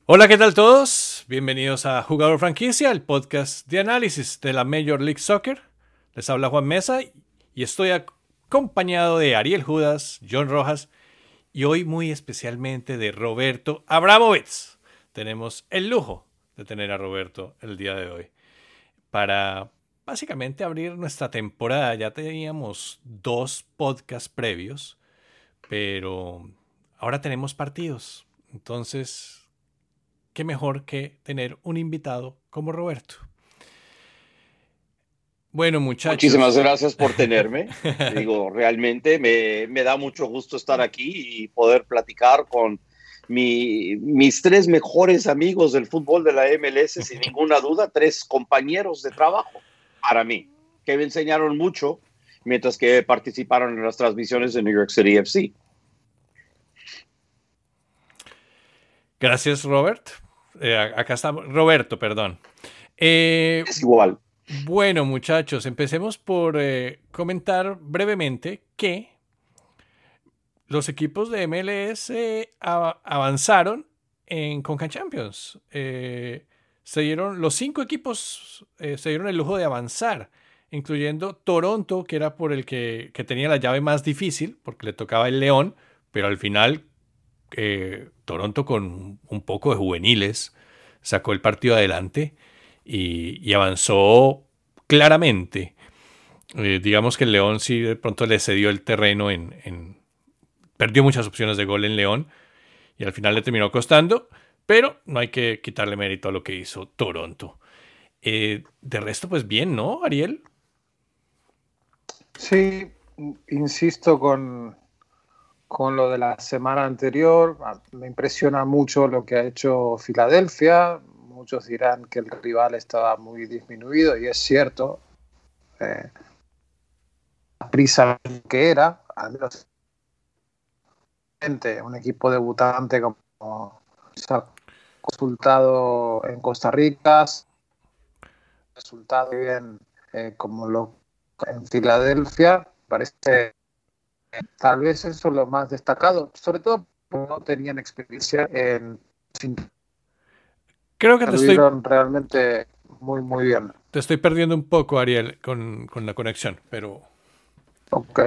Hola, ¿qué tal todos? Bienvenidos a Jugador Franquicia, el podcast de análisis de la Major League Soccer. Les habla Juan Mesa y estoy acompañado de Ariel Judas, John Rojas y hoy muy especialmente de Roberto Abramovitz. Tenemos el lujo de tener a Roberto el día de hoy para básicamente abrir nuestra temporada. Ya teníamos 2 podcasts previos, pero ahora tenemos partidos. Entonces, qué mejor que tener un invitado como Roberto. Bueno, Muchísimas muchachos. gracias por tenerme. Digo, realmente me da mucho gusto estar aquí y poder platicar con mis 3 mejores amigos del fútbol de la MLS, sin ninguna duda, 3 compañeros de trabajo para mí, que me enseñaron mucho mientras que participaron en las transmisiones de New York City FC. Gracias, Robert. Acá está Roberto, perdón. Es igual. Bueno, muchachos, empecemos por comentar brevemente que los equipos de MLS avanzaron en CONCACAF Champions. Los 5 equipos se dieron el lujo de avanzar, incluyendo Toronto, que era por el que tenía la llave más difícil, porque le tocaba el León, pero al final Toronto con un poco de juveniles sacó el partido adelante y avanzó claramente. Digamos que el León sí de pronto le cedió el terreno perdió muchas opciones de gol en León y al final le terminó costando, pero no hay que quitarle mérito a lo que hizo Toronto. De resto, pues bien, ¿no, Ariel? Sí, insisto con lo de la semana anterior. Me impresiona mucho lo que ha hecho Filadelfia. Muchos dirán que el rival estaba muy disminuido y es cierto. La prisa que era, al menos un equipo debutante como sacó resultado en Costa Rica, resultado bien como lo en Filadelfia, parece tal vez eso es lo más destacado, sobre todo porque no tenían experiencia en Creo que estuvieron realmente muy bien. te estoy perdiendo un poco, Ariel, con la conexión, pero Ok.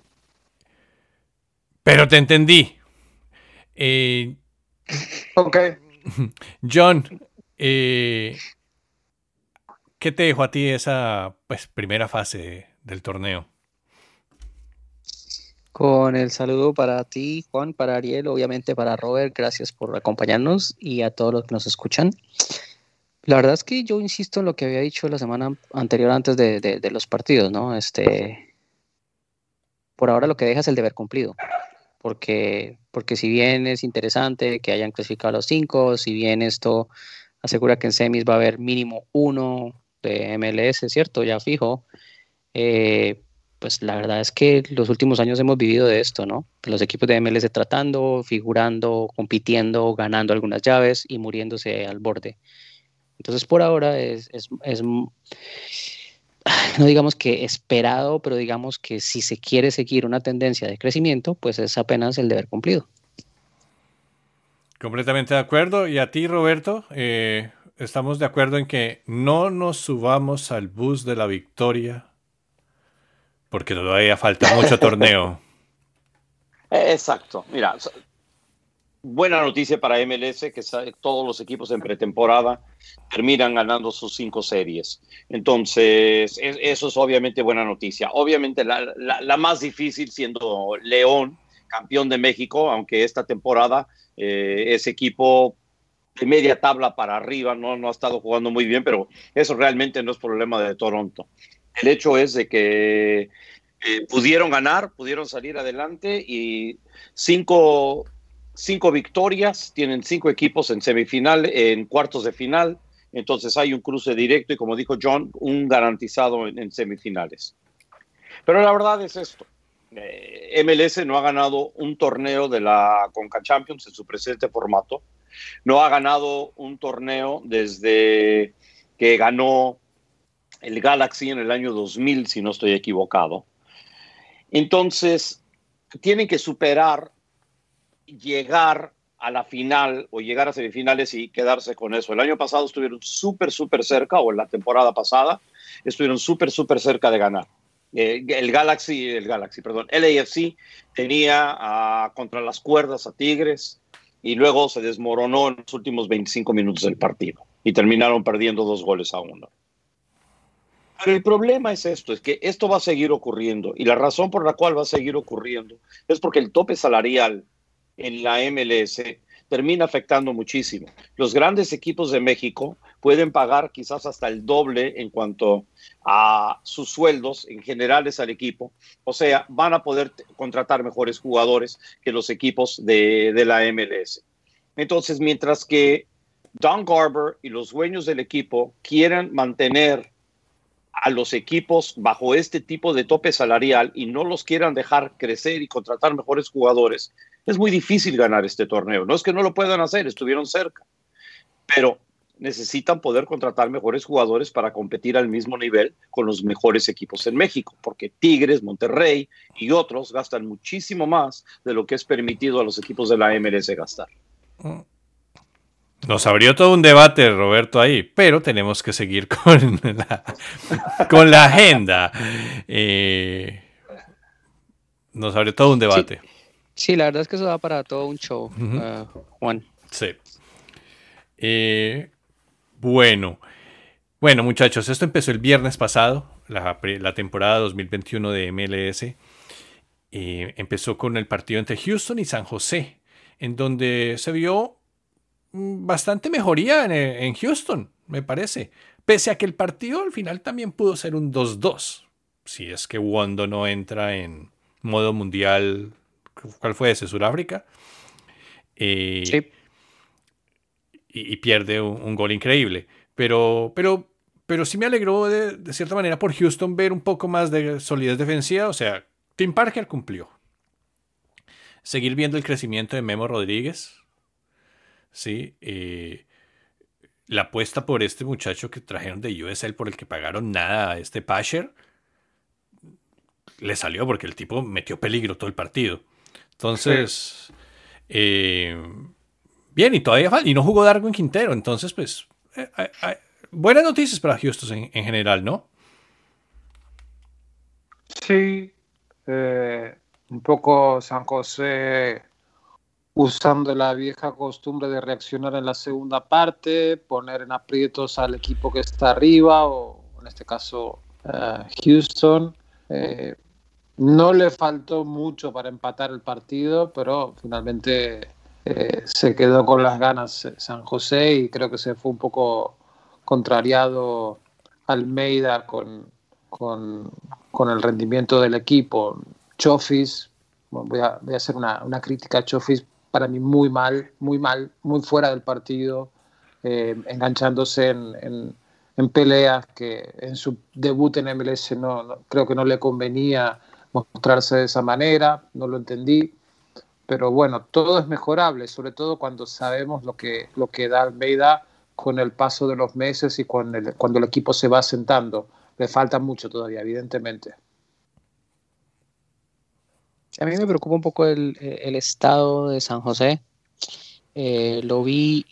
te entendí. Eh, Ok. John, ¿qué te dejó a ti esa primera fase del torneo? Con el saludo para ti, Juan, para Ariel, obviamente para Robert, gracias por acompañarnos y a todos los que nos escuchan. La verdad es que yo insisto en lo que había dicho la semana anterior antes de los partidos, ¿no? Por ahora lo que deja es el deber cumplido, porque si bien es interesante que hayan clasificado a los 5, si bien esto asegura que en semis va a haber mínimo uno de MLS, ¿cierto? Ya fijo. Pues la verdad es que los últimos años hemos vivido de esto, ¿no? Los equipos de MLS tratando, figurando, compitiendo, ganando algunas llaves y muriéndose al borde. Entonces por ahora no digamos que esperado, pero digamos que si se quiere seguir una tendencia de crecimiento, pues es apenas el deber cumplido. Completamente de acuerdo. Y a ti, Roberto, estamos de acuerdo en que no nos subamos al bus de la victoria porque todavía falta mucho torneo. Exacto. Mira, buena noticia para MLS que todos los equipos en pretemporada terminan ganando sus 5 series. Entonces, eso es obviamente buena noticia. Obviamente la más difícil siendo León, campeón de México, aunque esta temporada ese equipo de media tabla para arriba no ha estado jugando muy bien, pero eso realmente no es problema de Toronto. El hecho es de que pudieron ganar, pudieron salir adelante y 5 victorias, tienen 5 equipos en semifinal, en cuartos de final, entonces hay un cruce directo y como dijo John, un garantizado en semifinales. Pero la verdad es esto, MLS no ha ganado un torneo de la CONCACAF Champions en su presente formato, no ha ganado un torneo desde que ganó el Galaxy en el año 2000, si no estoy equivocado. Entonces, tienen que superar, llegar a la final o llegar a semifinales y quedarse con eso. El año pasado estuvieron súper cerca, o en la temporada pasada estuvieron súper cerca de ganar. El LAFC tenía contra las cuerdas a Tigres y luego se desmoronó en los últimos 25 minutos del partido y terminaron perdiendo 2-1. Pero el problema es esto, es que esto va a seguir ocurriendo, y la razón por la cual va a seguir ocurriendo es porque el tope salarial en la MLS termina afectando muchísimo. Los grandes equipos de México pueden pagar quizás hasta el doble en cuanto a sus sueldos en generales al equipo. O sea, van a poder contratar mejores jugadores que los equipos de la MLS. Entonces, mientras que Don Garber y los dueños del equipo quieran mantener a los equipos bajo este tipo de tope salarial y no los quieran dejar crecer y contratar mejores jugadores, es muy difícil ganar este torneo. No es que no lo puedan hacer, estuvieron cerca, pero necesitan poder contratar mejores jugadores para competir al mismo nivel con los mejores equipos en México, porque Tigres, Monterrey y otros gastan muchísimo más de lo que es permitido a los equipos de la MLS gastar. Nos abrió todo un debate, Roberto, ahí, pero tenemos que seguir con la agenda. Nos abrió todo un debate. Sí, la verdad es que eso da para todo un show, Juan. Sí. Bueno, muchachos, esto empezó el viernes pasado, la temporada 2021 de MLS. Empezó con el partido entre Houston y San José, en donde se vio bastante mejoría en Houston, me parece. Pese a que el partido al final también pudo ser un 2-2. Si es que Wondo no entra en modo mundial. ¿Cuál fue ese? ¿Sudáfrica? Sí. Y pierde un gol increíble. Pero sí me alegró de cierta manera por Houston ver un poco más de solidez defensiva. O sea, Tim Parker cumplió. Seguir viendo el crecimiento de Memo Rodríguez. Sí, la apuesta por este muchacho que trajeron de USL, por el que pagaron nada a este Pasher, le salió porque el tipo metió peligro todo el partido. Entonces, bien, y todavía falta, y no jugó Darwin Quintero. Entonces, pues, buenas noticias para Houston en general, ¿no? Sí, un poco San José usando la vieja costumbre de reaccionar en la segunda parte, poner en aprietos al equipo que está arriba, o en este caso Houston. No le faltó mucho para empatar el partido, pero finalmente se quedó con las ganas San José, y creo que se fue un poco contrariado Almeida con el rendimiento del equipo. Chofis, voy a hacer una crítica a Chofis, para mí muy mal, muy fuera del partido, enganchándose en peleas que en su debut en MLS creo que no le convenía mostrarse de esa manera, no lo entendí, pero bueno, todo es mejorable, sobre todo cuando sabemos lo que da Almeida con el paso de los meses y cuando el equipo se va asentando. Le falta mucho todavía, evidentemente. A mí me preocupa un poco el estado de San José. Lo vi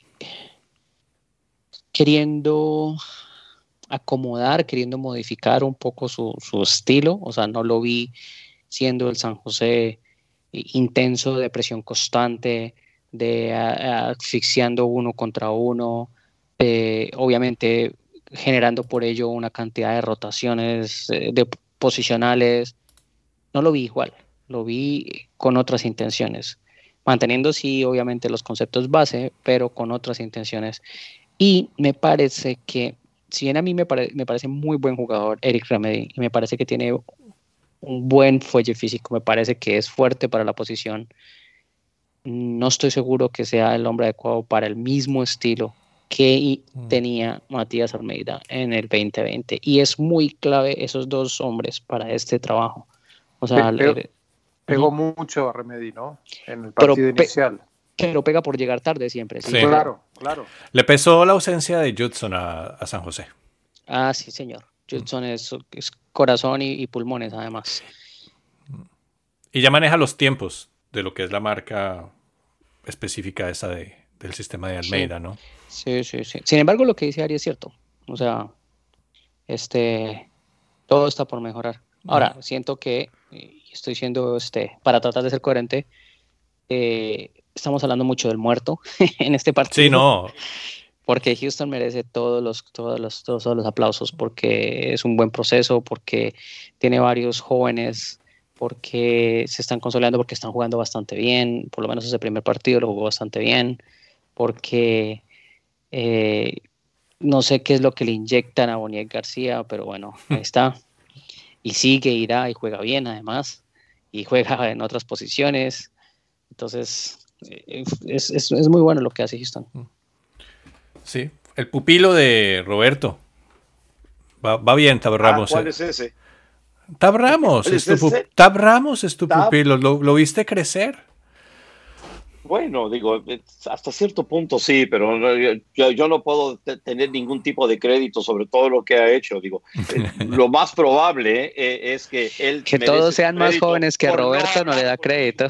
queriendo acomodar, queriendo modificar un poco su estilo. O sea, no lo vi siendo el San José intenso, de presión constante, de asfixiando uno contra uno, obviamente generando por ello una cantidad de rotaciones de posicionales. No lo vi igual. Lo vi con otras intenciones, manteniendo sí obviamente los conceptos base, pero con otras intenciones. Y me parece que, si bien a mí me parece muy buen jugador Eric Remedy, y me parece que tiene un buen fuelle físico, me parece que es fuerte para la posición, no estoy seguro que sea el hombre adecuado para el mismo estilo que tenía Matías Almeida en el 2020, y es muy clave esos dos hombres para este trabajo. O sea, pegó mucho a Remedy, ¿no? En el partido inicial. Pero pega por llegar tarde siempre. Sí. Claro. Le pesó la ausencia de Judson a San José. Ah, sí, señor. Judson es corazón y pulmones, además. Y ya maneja los tiempos de lo que es la marca específica esa del sistema de Almeida, ¿no? Sí. Sin embargo, lo que dice Ari es cierto. O sea, todo está por mejorar. Ahora, siento que, y estoy siendo, para tratar de ser coherente, estamos hablando mucho del muerto en este partido. Sí, no. Porque Houston merece todos los aplausos, porque es un buen proceso, porque tiene varios jóvenes, porque se están consolidando, porque están jugando bastante bien, por lo menos ese primer partido lo jugó bastante bien, porque no sé qué es lo que le inyectan a Boniek García, pero bueno, ahí está. Y sigue, irá y juega bien además, y juega en otras posiciones. Entonces, es muy bueno lo que hace Houston. Sí, el pupilo de Roberto. Va bien, Tab Ramos. ¿Cuál es ese? Tab Ramos. Tab Ramos es tu pupilo. ¿Lo viste crecer? Bueno, digo, hasta cierto punto sí, pero yo no puedo tener ningún tipo de crédito sobre todo lo que ha hecho. Digo, lo más probable es que él... Que todos sean más jóvenes que Roberto no le da crédito.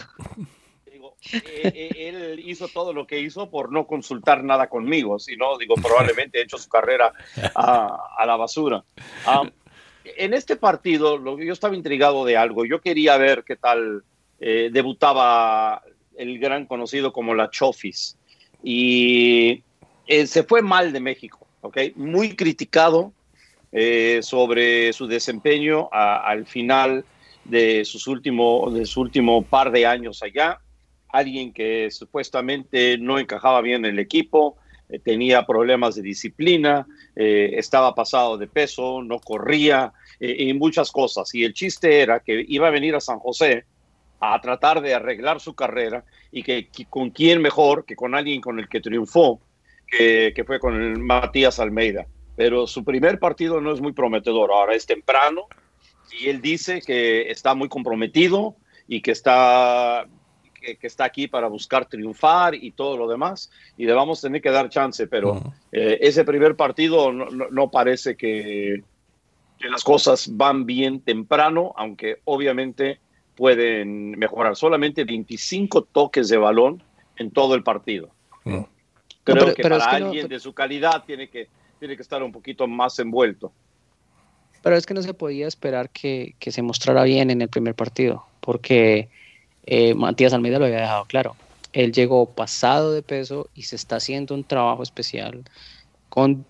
Él hizo todo lo que hizo por no consultar nada conmigo, sino, digo, probablemente ha hecho su carrera a la basura. En este partido, yo estaba intrigado de algo. Yo quería ver qué tal debutaba el gran conocido como la Chofis. Y se fue mal de México, ¿ok? Muy criticado sobre su desempeño al final de su último par de años allá. Alguien que supuestamente no encajaba bien en el equipo, tenía problemas de disciplina, estaba pasado de peso, no corría, y muchas cosas. Y el chiste era que iba a venir a San José a tratar de arreglar su carrera y que con quién mejor que con alguien con el que triunfó, que fue con el Matías Almeida. Pero su primer partido no es muy prometedor. Ahora es temprano y él dice que está muy comprometido y que está aquí para buscar triunfar y todo lo demás, y le vamos a tener que dar chance, pero ese primer partido no parece que las cosas van bien temprano, aunque obviamente pueden mejorar. Solamente 25 toques de balón en todo el partido. Creo que para alguien de su calidad tiene que estar un poquito más envuelto. Pero es que no se podía esperar que se mostrara bien en el primer partido, porque Matías Almeida lo había dejado claro. Él llegó pasado de peso y se está haciendo un trabajo especial con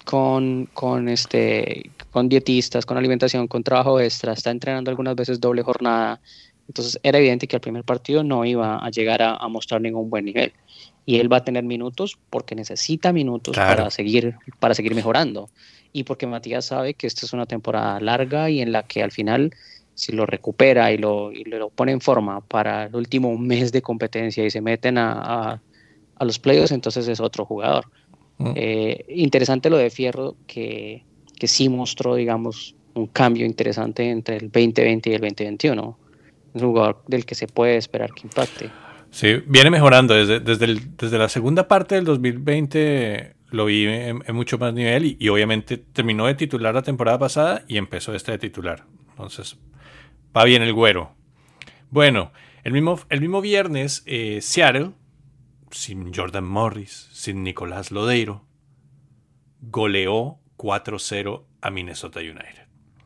dietistas, con alimentación, con trabajo extra, está entrenando algunas veces doble jornada. Entonces era evidente que al primer partido no iba a llegar a mostrar ningún buen nivel. Y él va a tener minutos porque necesita minutos, claro, para seguir mejorando. Y porque Matías sabe que esta es una temporada larga y en la que al final, si lo recupera y lo pone en forma para el último mes de competencia y se meten a los playoffs, entonces es otro jugador. Interesante lo de Fierro, que sí mostró, digamos, un cambio interesante entre el 2020 y el 2021. Es un jugador del que se puede esperar que impacte. Sí, viene mejorando. Desde la segunda parte del 2020 lo vi en mucho más nivel y obviamente terminó de titular la temporada pasada y empezó de titular. Entonces, va bien el güero. Bueno, el mismo viernes, Seattle, sin Jordan Morris, sin Nicolás Lodeiro, goleó 4-0 a Minnesota United.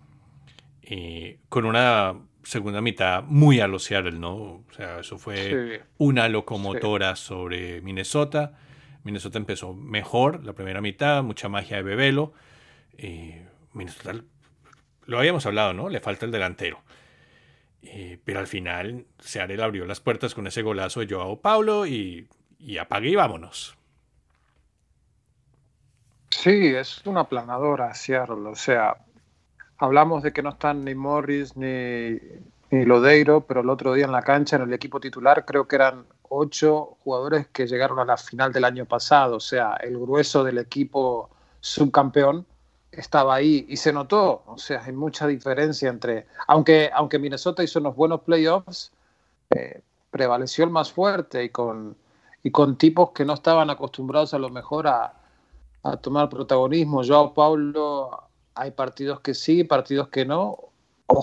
Con una segunda mitad muy a los Seattle, ¿no? O sea, eso fue una locomotora sobre Minnesota. Minnesota empezó mejor la primera mitad, mucha magia de Bebelo. Minnesota, lo habíamos hablado, ¿no? Le falta el delantero. Pero al final Seattle abrió las puertas con ese golazo de Joao Paulo y apague y vámonos. Sí, es una aplanadora Seattle, o sea, hablamos de que no están ni Morris ni Lodeiro, pero el otro día en la cancha, en el equipo titular, creo que eran 8 jugadores que llegaron a la final del año pasado, o sea, el grueso del equipo subcampeón estaba ahí y se notó, o sea, hay mucha diferencia entre, aunque Minnesota hizo unos buenos playoffs, prevaleció el más fuerte y con tipos que no estaban acostumbrados a lo mejor a tomar protagonismo. Joao Paulo, hay partidos que sí, partidos que no.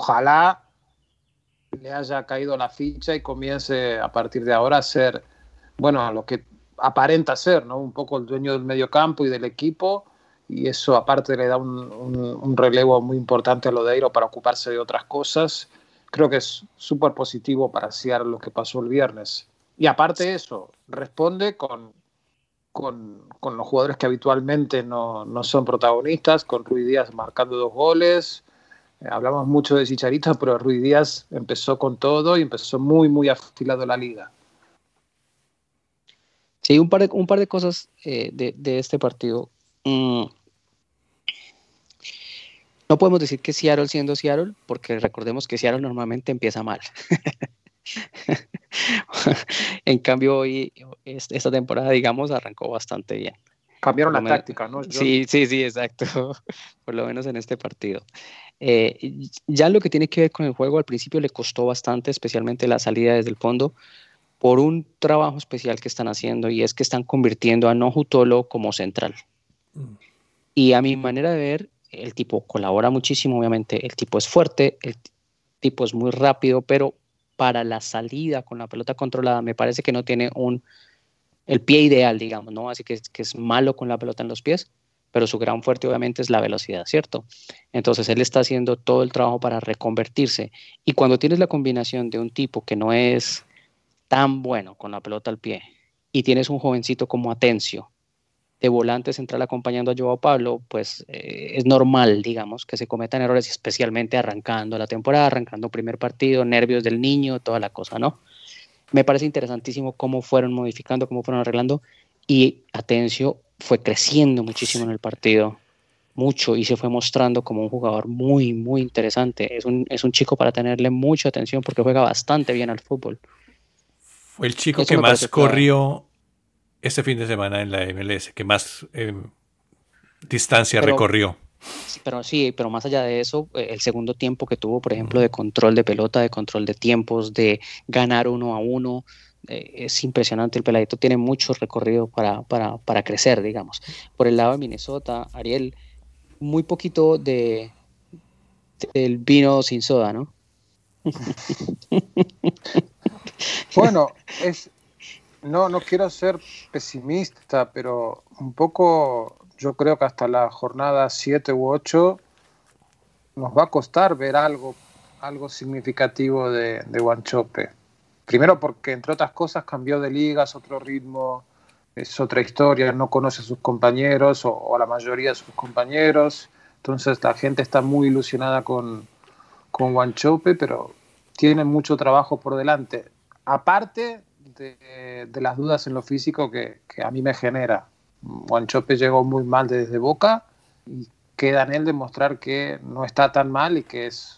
Ojalá le haya caído la ficha y comience a partir de ahora a ser bueno, lo que aparenta ser, ¿no? Un poco el dueño del mediocampo y del equipo, y eso aparte le da un relevo muy importante a Lodeiro para ocuparse de otras cosas. Creo que es súper positivo para Seattle lo que pasó el viernes. Y aparte de eso, responde con los jugadores que habitualmente no son protagonistas, con Ruiz Díaz marcando 2 goles. Hablamos mucho de Chicharito, pero Ruiz Díaz empezó con todo y empezó muy, muy afilado la liga. Sí, un par de cosas de este partido. No podemos decir que Seattle siendo Seattle, porque recordemos que Seattle normalmente empieza mal. En cambio, hoy, esta temporada, digamos, arrancó bastante bien. Cambiaron la táctica, ¿no? Sí, exacto. Por lo menos en este partido. Ya lo que tiene que ver con el juego, al principio le costó bastante, especialmente la salida desde el fondo, por un trabajo especial que están haciendo, y es que están convirtiendo a Nohu Tolo como central. Y a mi manera de ver, el tipo colabora muchísimo, obviamente. El tipo es fuerte, el tipo es muy rápido, pero para la salida con la pelota controlada me parece que no tiene el pie ideal, digamos, ¿no? Así que es malo con la pelota en los pies, pero su gran fuerte obviamente es la velocidad, ¿cierto? Entonces él está haciendo todo el trabajo para reconvertirse, y cuando tienes la combinación de un tipo que no es tan bueno con la pelota al pie y tienes un jovencito como Atencio de volante central acompañando a Joao Pablo, pues es normal, digamos, que se cometan errores, especialmente arrancando la temporada, arrancando primer partido, nervios del niño, toda la cosa, ¿no? Me parece interesantísimo cómo fueron modificando, cómo fueron arreglando, y Atencio fue creciendo muchísimo en el partido, mucho, y se fue mostrando como un jugador muy, muy interesante. Es un chico para tenerle mucha atención porque juega bastante bien al fútbol. Fue el chico que más corrió este fin de semana en la MLS, que más distancia recorrió. Pero más allá de eso, el segundo tiempo que tuvo, por ejemplo, de control de pelota, de control de tiempos, de ganar 1-1, es impresionante. El peladito tiene mucho recorrido para crecer, digamos. Por el lado de Minnesota, Ariel, muy poquito del vino sin soda, ¿no? Bueno, no quiero ser pesimista, pero un poco yo creo que hasta la jornada 7 u 8 nos va a costar ver algo significativo de Wanchope. Primero porque, entre otras cosas, cambió de ligas, otro ritmo, es otra historia, no conoce a sus compañeros o a la mayoría de sus compañeros. Entonces la gente está muy ilusionada con Wanchope, pero tiene mucho trabajo por delante. Aparte de las dudas en lo físico que a mí me genera. Wanchope llegó muy mal desde Boca y queda en él demostrar que no está tan mal y que es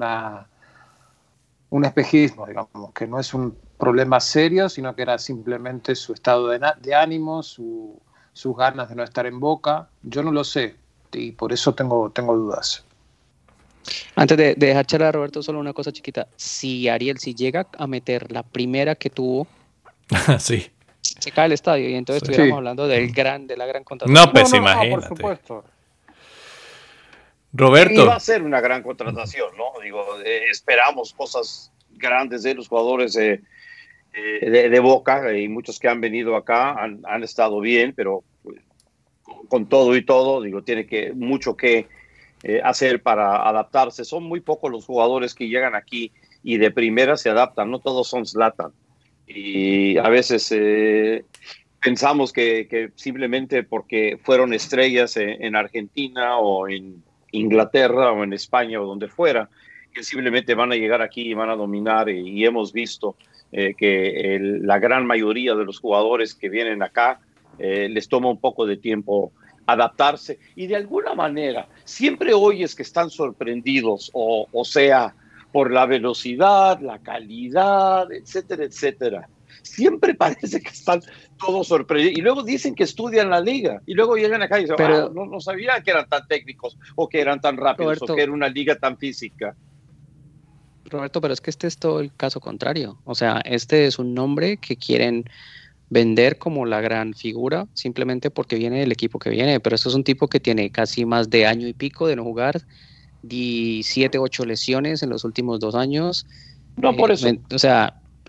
un espejismo, digamos, que no es un problema serio, sino que era simplemente su estado de ánimo, sus ganas de no estar en Boca. Yo no lo sé y por eso tengo dudas. Antes de dejar charlar a Roberto, solo una cosa chiquita. Si Ariel llega a meter la primera que tuvo, sí, se cae el estadio, y entonces estuviéramos hablando de la gran contratación. No, pues imagínate. Por supuesto. Roberto. Y va a ser una gran contratación, ¿no? Digo, esperamos cosas grandes de los jugadores de Boca, y muchos que han venido acá han estado bien, pero pues, con todo y todo, digo, tiene mucho que hacer para adaptarse. Son muy pocos los jugadores que llegan aquí y de primera se adaptan, no todos son Zlatan. Y a veces pensamos que simplemente porque fueron estrellas en Argentina o en Inglaterra o en España o donde fuera, que simplemente van a llegar aquí y van a dominar, y hemos visto que la gran mayoría de los jugadores que vienen acá les toma un poco de tiempo adaptarse, y de alguna manera siempre oyes que están sorprendidos, o sea, por la velocidad, la calidad, etcétera, etcétera. Siempre parece que están todos sorprendidos. Y luego dicen que estudian la liga. Y luego llegan acá y dicen, no sabía que eran tan técnicos, o que eran tan rápidos, Roberto, o que era una liga tan física. Roberto, pero es que este es todo el caso contrario. O sea, este es un nombre que quieren vender como la gran figura simplemente porque viene del equipo que viene. Pero esto es un tipo que tiene casi más de año y pico de no jugar, 7, 8 lesiones en los últimos 2 años. No, por eso. O sea,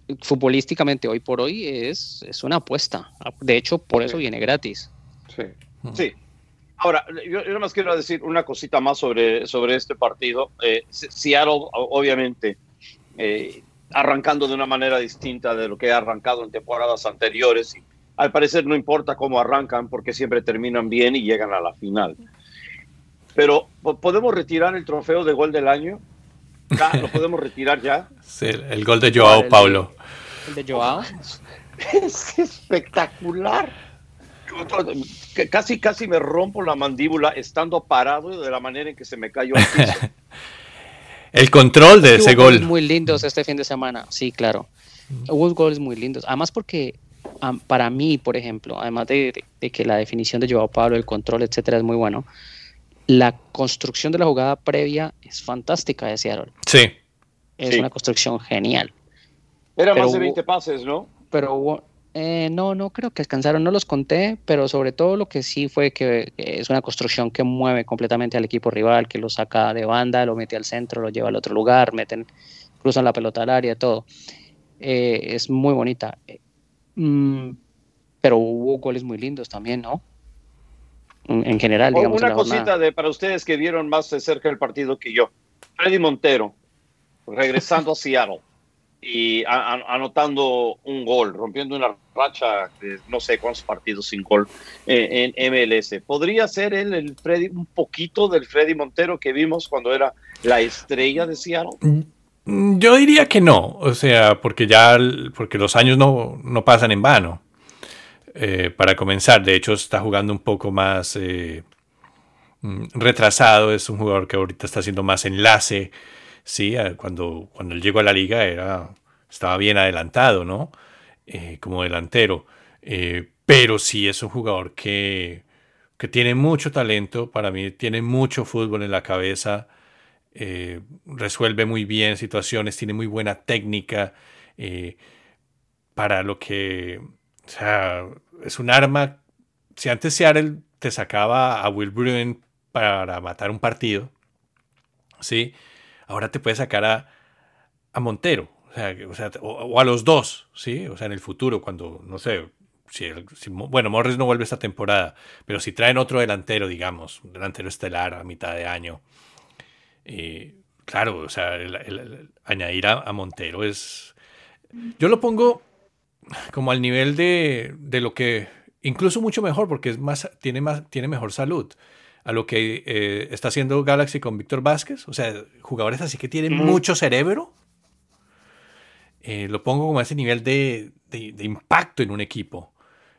futbolísticamente hoy por hoy es una apuesta. De hecho, por eso viene gratis. Sí. Sí. Ahora, yo nada más quiero decir una cosita más sobre este partido. Seattle, obviamente, arrancando de una manera distinta de lo que ha arrancado en temporadas anteriores. Y al parecer no importa cómo arrancan porque siempre terminan bien y llegan a la final. Pero, ¿podemos retirar el trofeo de gol del año? ¿Lo podemos retirar ya? Sí, el gol de Joao Paulo. ¿El de Joao? Es espectacular. Casi me rompo la mandíbula estando parado de la manera en que se me cayó al piso. El control de ese gol. Muy lindos este fin de semana, sí, claro. Hubo goles muy lindos. Además porque para mí, por ejemplo, además de que la definición de Joao Paulo, el control, etcétera, es muy bueno, la construcción de la jugada previa es fantástica de Seattle. Sí. Es una construcción genial. Era más de 20 pases, ¿no? Pero hubo... no creo que alcanzaron, no los conté, pero sobre todo lo que sí fue que es una construcción que mueve completamente al equipo rival, que lo saca de banda, lo mete al centro, lo lleva al otro lugar, cruzan la pelota al área, todo. Es muy bonita. Pero hubo goles muy lindos también, ¿no? En general, digamos. Una cosita para ustedes que vieron más de cerca el partido que yo. Fredy Montero, regresando a Seattle y anotando un gol, rompiendo una racha de no sé cuántos partidos sin gol en MLS. ¿Podría ser él un poquito del Fredy Montero que vimos cuando era la estrella de Seattle? Yo diría que no, o sea, porque los años no pasan en vano. Para comenzar, de hecho está jugando un poco más retrasado, es un jugador que ahorita está haciendo más enlace. Sí, cuando él llegó a la liga estaba bien adelantado, ¿no? Como delantero. Pero sí es un jugador que tiene mucho talento, para mí tiene mucho fútbol en la cabeza, resuelve muy bien situaciones, tiene muy buena técnica, para lo que... O sea, es un arma. Si antes Seattle te sacaba a Will Bruin para matar un partido, ¿sí? Ahora te puede sacar a Montero, o a los dos, ¿sí? O sea, en el futuro, cuando, no sé, bueno, Morris no vuelve esta temporada, pero si traen otro delantero, digamos, un delantero estelar a mitad de año, claro, o sea, el añadir a Montero es... Yo lo pongo como al nivel de lo que, incluso mucho mejor, porque tiene mejor salud, a lo que está haciendo Galaxy con Víctor Vázquez. O sea, jugadores así que tienen mucho cerebro. Lo pongo como a ese nivel de impacto en un equipo.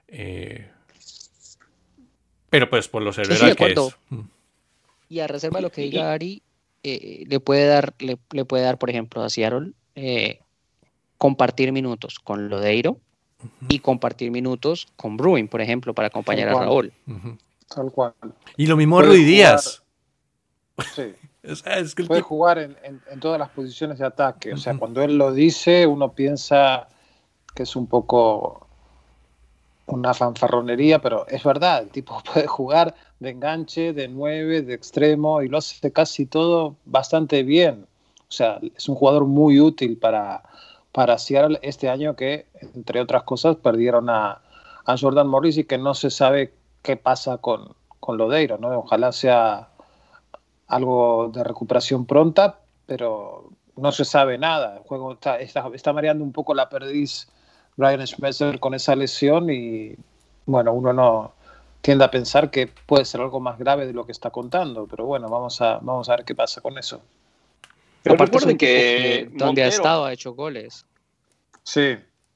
Pero pues por lo cerebral que es. Y a reserva de lo que diga Ari, le puede dar, por ejemplo, a Seattle compartir minutos con Lodeiro y compartir minutos con Bruin, por ejemplo, para acompañar a Raúl. Tal cual. Y lo mismo Ruiz Díaz. Sí. Es que puede jugar en todas las posiciones de ataque. O sea, cuando él lo dice, uno piensa que es un poco una fanfarronería, pero es verdad. El tipo puede jugar de enganche, de 9, de extremo, y lo hace casi todo bastante bien. O sea, es un jugador muy útil para Seattle este año, que, entre otras cosas, perdieron a Jordan Morris y que no se sabe qué pasa con Lodeiro, ¿no? Ojalá sea algo de recuperación pronta, pero no se sabe nada. El juego está mareando un poco la perdiz Brian Schmetzer con esa lesión y, bueno, uno no tiende a pensar que puede ser algo más grave de lo que está contando, pero bueno, vamos a ver qué pasa con eso. Pero recuerden que donde ha estado ha hecho goles. Sí.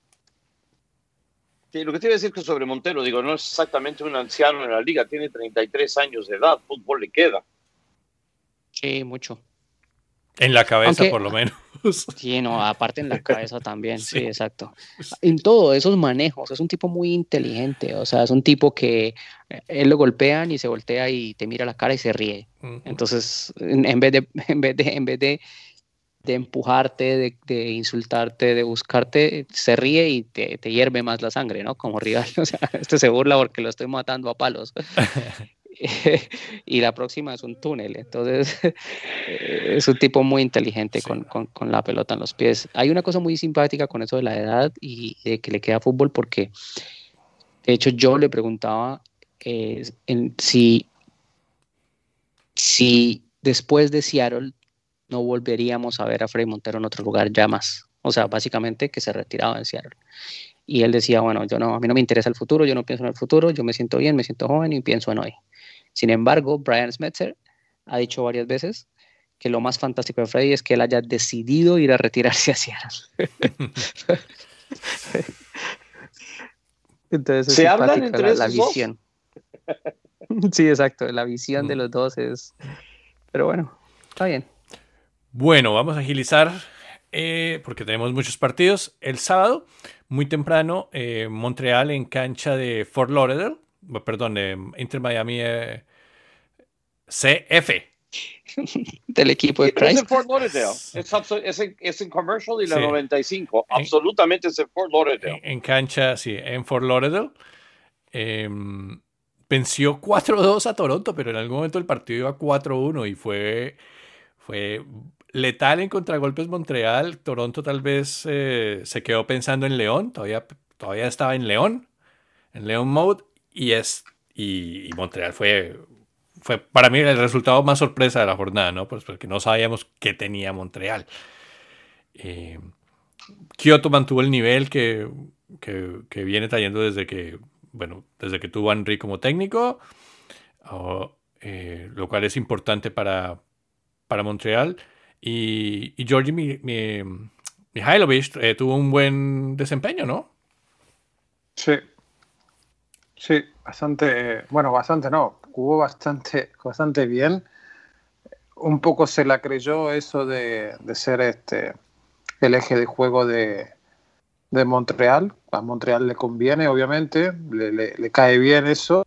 Sí, lo que te iba a decir que sobre Montero, digo, no es exactamente un anciano en la liga, tiene 33 años de edad, fútbol le queda. Sí, mucho. En la cabeza, por lo menos. Sí, no, aparte en la cabeza también, sí, exacto. En todo, esos manejos, es un tipo muy inteligente, o sea, es un tipo que él lo golpean y se voltea y te mira la cara y se ríe. Entonces, en vez de empujarte, de insultarte, de buscarte, se ríe y te hierve más la sangre, ¿no? Como rival, o sea, se burla porque lo estoy matando a palos. y la próxima es un túnel. Entonces, es un tipo muy inteligente Sí. con la pelota en los pies. Hay una cosa muy simpática con eso de la edad y de que le queda fútbol, porque de hecho yo le preguntaba si después de Seattle no volveríamos a ver a Frei Montero en otro lugar ya más. O sea, básicamente que se retiraba en Seattle. Y él decía, bueno, a mí no me interesa el futuro, yo no pienso en el futuro, yo me siento bien, me siento joven y pienso en hoy. Sin embargo, Brian Schmetzer ha dicho varias veces que lo más fantástico de Freddy es que él haya decidido ir a retirarse a Seattle. Entonces es ¿Se hablan simpática entre la esos dos? visión. Sí, exacto, la visión de los dos es... Pero bueno, está bien. Bueno, vamos a agilizar porque tenemos muchos partidos. El sábado, muy temprano, Montreal en cancha de Fort Lauderdale, perdón, Inter Miami CF. Del equipo de Es Price. en Fort Lauderdale. Es en Commercial y la Sí. 95. Absolutamente es en Fort Lauderdale. En cancha, sí, en Fort Lauderdale. Venció 4-2 a Toronto, pero en algún momento el partido iba 4-1 y fue letal en contragolpes Montreal. Toronto tal vez se quedó pensando en León, todavía estaba en León mode, y Montreal fue para mí el resultado más sorpresa de la jornada, ¿no? Pues porque no sabíamos qué tenía Montreal. Kyoto mantuvo el nivel que viene trayendo desde que tuvo a Henry como técnico, lo cual es importante para Montreal. Y Georgi Mihailovic tuvo un buen desempeño, ¿no? Sí, sí, bastante, bueno, bastante no, jugó bastante bien. Un poco se la creyó eso de ser el eje de juego de Montreal. A Montreal le conviene, obviamente, le cae bien eso,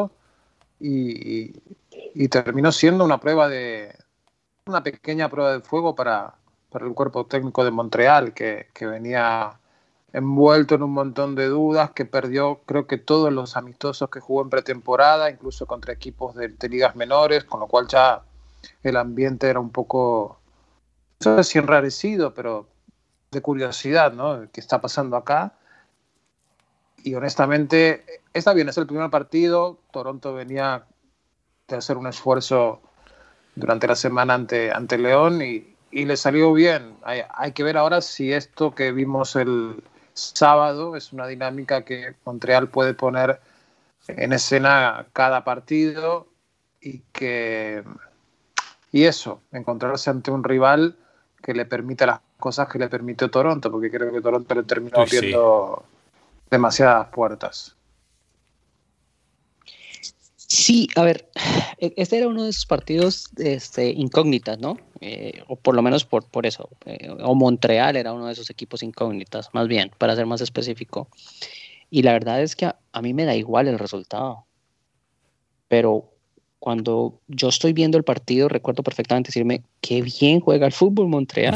y terminó siendo una pequeña prueba de fuego para el cuerpo técnico de Montreal, que venía envuelto en un montón de dudas, que perdió creo que todos los amistosos que jugó en pretemporada, incluso contra equipos de ligas menores, con lo cual ya el ambiente era un poco, no sé si enrarecido, pero de curiosidad, ¿no? ¿Qué está pasando acá? Y honestamente, está bien, es el primer partido. Toronto venía de hacer un esfuerzo durante la semana ante León y le salió bien. Hay que ver ahora si esto que vimos el sábado es una dinámica que Montreal puede poner en escena cada partido y eso, encontrarse ante un rival que le permita las cosas que le permitió Toronto, porque creo que Toronto le terminó abriendo demasiadas puertas. Sí, a ver, este era uno de esos partidos incógnitas, ¿no? O por lo menos por eso. O Montreal era uno de esos equipos incógnitas, más bien, para ser más específico. Y la verdad es que a mí me da igual el resultado. Pero cuando yo estoy viendo el partido, recuerdo perfectamente decirme, qué bien juega el fútbol Montreal.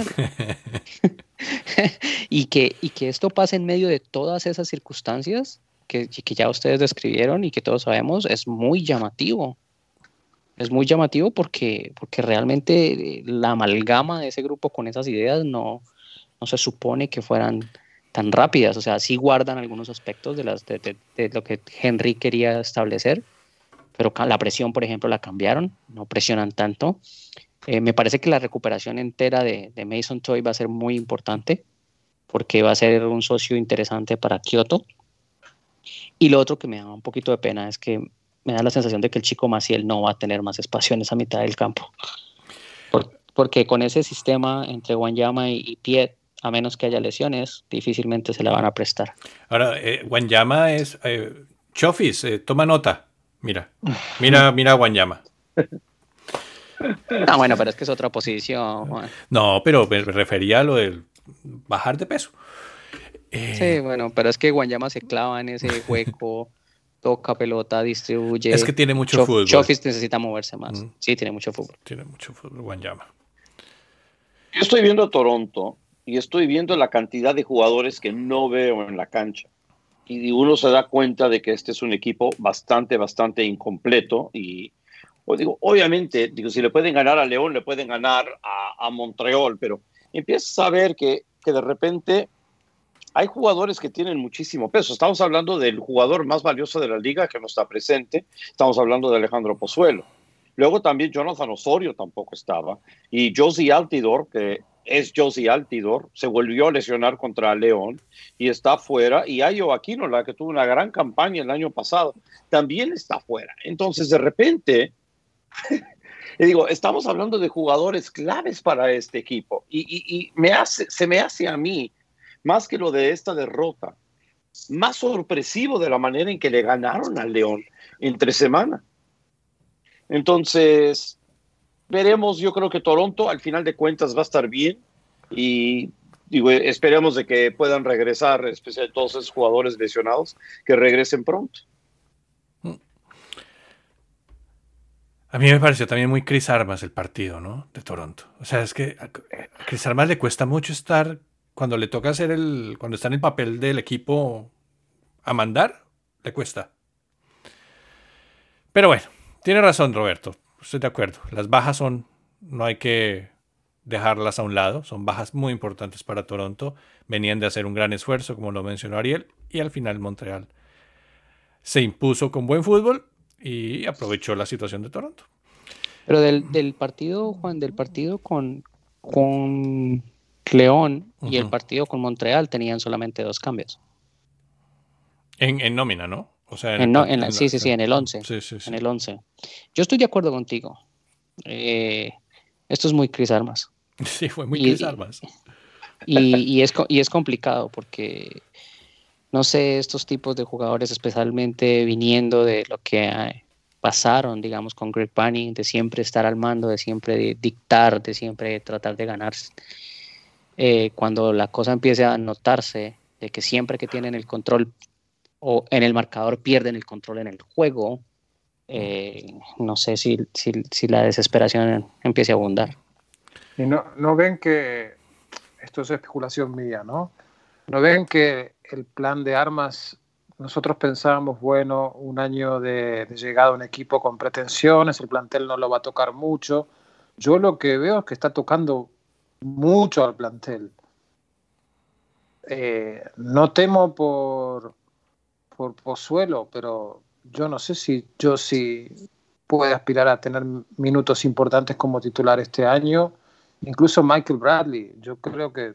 y que esto pase en medio de todas esas circunstancias que ya ustedes describieron y que todos sabemos, es muy llamativo. Es muy llamativo porque realmente la amalgama de ese grupo con esas ideas no se supone que fueran tan rápidas. O sea, sí guardan algunos aspectos de lo que Henry quería establecer, pero la presión, por ejemplo, la cambiaron, no presionan tanto. Me parece que la recuperación entera de Mason Toy va a ser muy importante porque va a ser un socio interesante para Kyoto. Y lo otro que me da un poquito de pena es que me da la sensación de que el chico Maciel no va a tener más espacio en esa mitad del campo. Porque con ese sistema entre Wanyama y Piet, a menos que haya lesiones, difícilmente se la van a prestar. Ahora, Wanyama es... Chofis, toma nota. Mira Wanyama. No, bueno, pero es que es otra posición. Bueno. No, pero me refería a lo del bajar de peso. Sí, bueno, pero es que Wanyama se clava en ese hueco, toca pelota, distribuye. Es que tiene mucho fútbol. Chofis necesita moverse más. Sí, tiene mucho fútbol. Tiene mucho fútbol, Wanyama. Yo estoy viendo Toronto y estoy viendo la cantidad de jugadores que no veo en la cancha. y uno se da cuenta de que este es un equipo bastante incompleto y digo, obviamente, digo, si le pueden ganar a León, le pueden ganar a Montreal, pero empiezas a ver que de repente hay jugadores que tienen muchísimo peso. Estamos hablando del jugador más valioso de la liga que no está presente. Estamos hablando de Alejandro Pozuelo. Luego también Jonathan Osorio tampoco estaba. Y Josie Altidor, que es Josie Altidor, se volvió a lesionar contra León y está fuera. Y Ayo Aquinola, que tuvo una gran campaña el año pasado, también está fuera. Entonces, de repente, y digo, estamos hablando de jugadores claves para este equipo. Y se me hace a mí, más que lo de esta derrota, más sorpresivo de la manera en que le ganaron al León entre semana. Entonces, veremos. Yo creo que Toronto al final de cuentas va a estar bien y digo, esperemos de que puedan regresar, especialmente todos esos jugadores lesionados, que regresen pronto. A mí me pareció también muy Chris Armas el partido, ¿no? De Toronto. O sea, es que a Chris Armas le cuesta mucho estar cuando le toca hacer cuando está en el papel del equipo a mandar, le cuesta. Pero bueno, tiene razón Roberto, estoy de acuerdo. Las bajas no hay que dejarlas a un lado, son bajas muy importantes para Toronto. Venían de hacer un gran esfuerzo, como lo mencionó Ariel, y al final Montreal se impuso con buen fútbol y aprovechó la situación de Toronto. Pero del partido, Juan, del partido con León y el partido con Montreal tenían solamente 2 cambios. En nómina, ¿no? O sea, sí, en el 11. Sí. En el 11. Yo estoy de acuerdo contigo. Esto es muy Chris Armas. Sí, fue muy Chris Armas. Y es complicado porque, no sé, estos tipos de jugadores, especialmente viniendo de lo que pasaron, digamos, con Greg Vanney, de siempre estar al mando, de siempre dictar, de siempre tratar de ganar. Cuando la cosa empiece a notarse, de que siempre que tienen el control o en el marcador pierden el control en el juego, no sé si la desesperación empiece a abundar. Y no ven que, esto es especulación mía, ¿no? ¿No ven que el plan de Armas, nosotros pensábamos, bueno, un año de llegada a un equipo con pretensiones, el plantel no lo va a tocar mucho? Yo lo que veo es que está tocando mucho al plantel. No temo por Pozuelo, pero yo no sé si puede aspirar a tener minutos importantes como titular este año. Incluso Michael Bradley, yo creo que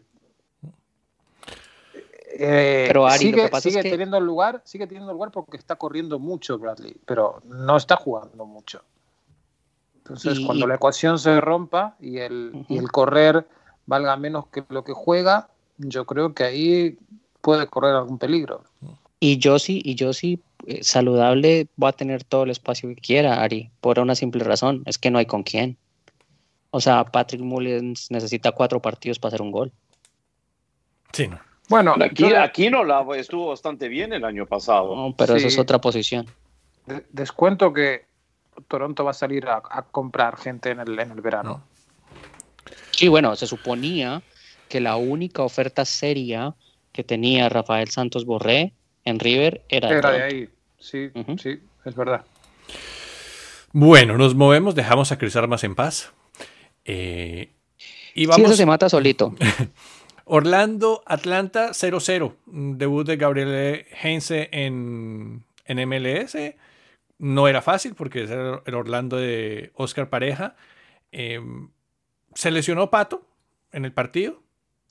pero Ari, sigue teniendo lugar porque está corriendo mucho Bradley, pero no está jugando mucho. Entonces, cuando la ecuación se rompa y el correr valga menos que lo que juega, yo creo que ahí puede correr algún peligro. Y Josie saludable va a tener todo el espacio que quiera, Ari, por una simple razón, es que no hay con quién. O sea, Patrick Mullins necesita 4 partidos para hacer un gol. Sí, no. Bueno, aquí no estuvo bastante bien el año pasado. No, pero sí, eso es otra posición. Descuento que Toronto va a salir a comprar gente en el verano. Sí, bueno, se suponía que la única oferta seria que tenía Rafael Santos Borré en River era de ahí. Sí, sí, es verdad. Bueno, nos movemos, dejamos a Chris Armas en paz. Y vamos. Sí, eso se mata solito. Orlando, Atlanta 0-0. Debut de Gabriel Heinze en MLS. No era fácil porque es el Orlando de Oscar Pareja. Se lesionó Pato en el partido.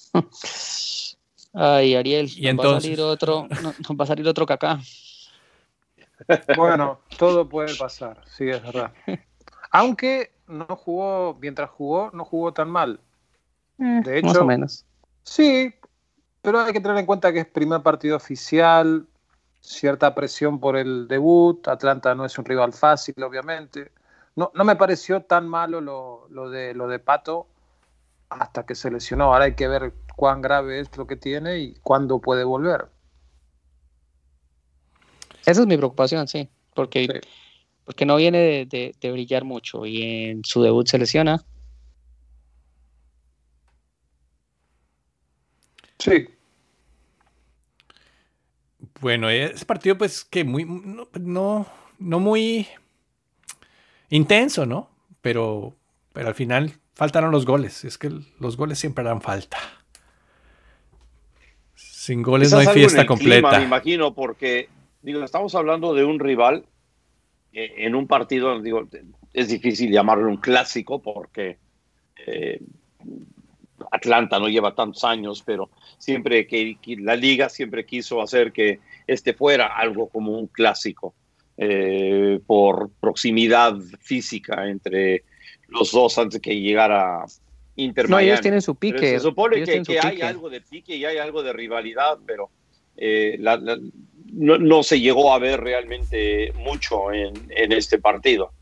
Ay, Ariel, y entonces nos va a salir otro Kaká. Bueno, todo puede pasar, sí, es verdad. Aunque no jugó tan mal. De hecho, más o menos. Sí, pero hay que tener en cuenta que es primer partido oficial, cierta presión por el debut. Atlanta no es un rival fácil, obviamente. No me pareció tan malo lo de Pato hasta que se lesionó. Ahora hay que ver cuán grave es lo que tiene y cuándo puede volver. Esa es mi preocupación, sí, porque no viene de brillar mucho y en su debut se lesiona. Sí. Bueno, ese partido pues que no muy intenso, ¿no? Pero al final faltaron los goles. Es que los goles siempre harán falta. Sin goles Quizás no hay algo en fiesta el completa. clima, me imagino, porque estamos hablando de un rival en un partido, es difícil llamarlo un clásico porque Atlanta no lleva tantos años, pero siempre que la liga siempre quiso hacer que este fuera algo como un clásico por proximidad física entre los dos antes que llegara Inter No, Miami. ellos tienen su pique. Pero se supone ellos que tienen su hay pique. algo de pique y hay algo de rivalidad, pero no se llegó a ver realmente mucho en este partido.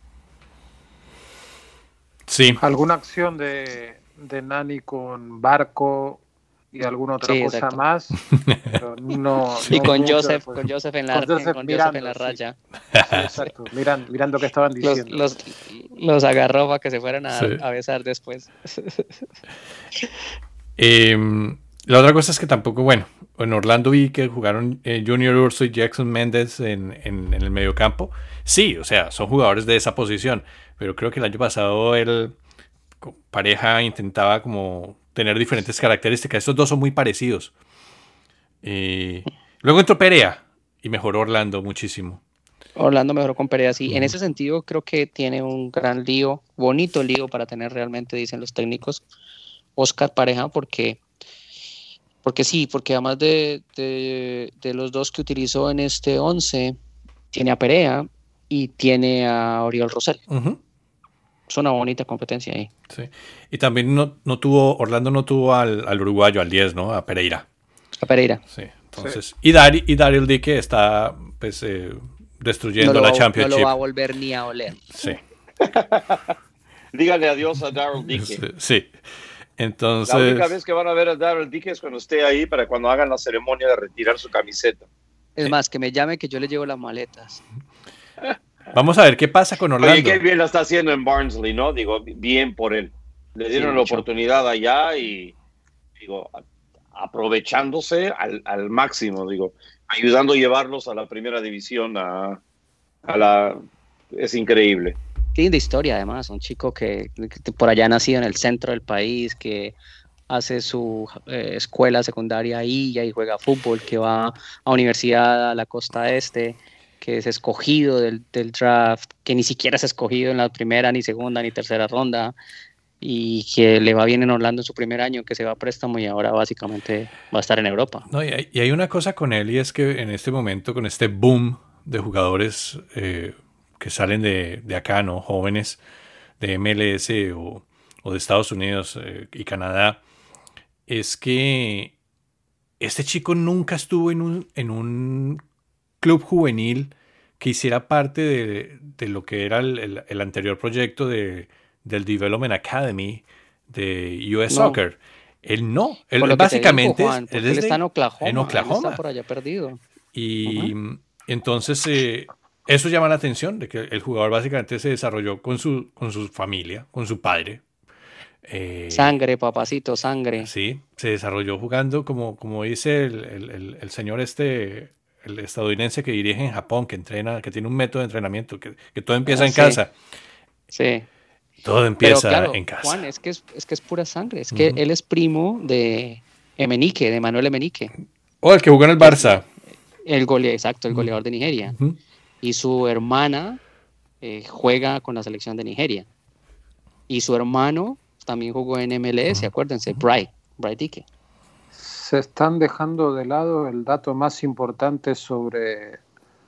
Sí. ¿Alguna acción de Nani con Barco y alguna otra cosa exacto. más? Pero no, Y no con mucho, Joseph, pues. con Joseph en la, Con Joseph con mirando, Joseph en la sí. raya. Sí, exacto, mirando qué estaban diciendo. Los agarró para que se fueran Sí. a besar después. La otra cosa es que tampoco, bueno, en Orlando vi que jugaron Junior Urso y Jackson Méndez en el mediocampo. Sí, o sea, son jugadores de esa posición, pero creo que el año pasado Pareja intentaba como tener diferentes características. Estos dos son muy parecidos. Luego entró Perea y mejoró Orlando muchísimo. Orlando mejoró con Perea, sí. En ese sentido creo que tiene un gran lío, bonito lío para tener realmente, dicen los técnicos, Oscar Pareja, porque sí, porque además de los dos que utilizó en este 11, tiene a Perea y tiene a Oriol Rosell. Uh-huh. Es una bonita competencia ahí. Sí. Y también Orlando no tuvo al uruguayo, al 10, ¿no? A Pereira. A Pereira. Sí, entonces. Sí. Y Daryl Dike está, pues, destruyendo la Championship. No lo va a volver ni a oler. Sí. Díganle adiós a Daryl Dike. Sí. Entonces. La única vez que van a ver a Daryl Dike es cuando esté ahí para cuando hagan la ceremonia de retirar su camiseta. Es más, que me llame que yo le llevo las maletas. Vamos a ver qué pasa con Orlando. Oye, qué bien la está haciendo en Barnsley, ¿no? Bien por él. Le dieron la oportunidad allá y, aprovechándose al máximo, ayudando a llevarlos a la primera división, es increíble. Linda historia, además, un chico que por allá nacido en el centro del país, que hace su escuela secundaria ahí y ahí juega fútbol, que va a universidad a la costa este, que es escogido del draft, que ni siquiera es escogido en la primera, ni segunda, ni tercera ronda, y que le va bien en Orlando en su primer año, que se va a préstamo y ahora básicamente va a estar en Europa. No, y hay una cosa con él, y es que en este momento, con este boom de jugadores que salen de acá, ¿no? Jóvenes de MLS o de Estados Unidos y Canadá, es que este chico nunca estuvo en un club juvenil que hiciera parte de lo que era el anterior proyecto del Development Academy de US Soccer. Él no. Él básicamente digo, Juan, él está en Oklahoma. Él está por allá perdido. Y entonces eso llama la atención de que el jugador básicamente se desarrolló con su familia, con su padre. Sangre, papacito, sangre. Sí, se desarrolló jugando como dice el señor el estadounidense que dirige en Japón, que entrena, que tiene un método de entrenamiento, que todo empieza en casa. Sí. Todo empieza claro, en casa. Juan, es que es pura sangre. Es que él es primo de Emenique, de Manuel Emenique. El que jugó en el Barça. El goleador de Nigeria. Y su hermana juega con la selección de Nigeria. Y su hermano también jugó en MLS, acuérdense, Bright Dike. Se están dejando de lado el dato más importante sobre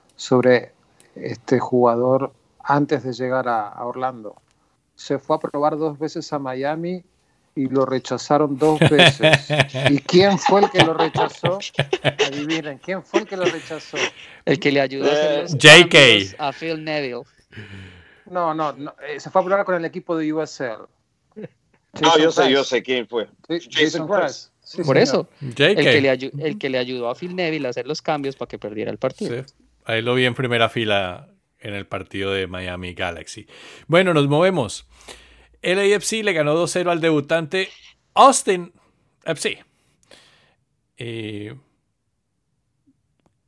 este jugador antes de llegar a Orlando. Se fue a probar 2 veces a Miami y lo rechazaron 2 veces. ¿Y quién fue el que lo rechazó? Adivinen, ¿quién fue el que lo rechazó? El que le ayudó a hacer los JK. A Phil Neville. No, se fue a probar con el equipo de USL. Yo sé quién fue. Jason Price. Sí, por eso, JK. el que le ayudó a Phil Neville a hacer los cambios para que perdiera el partido. Sí. Ahí lo vi en primera fila en el partido de Miami Galaxy. Bueno, nos movemos. LAFC le ganó 2-0 al debutante Austin FC.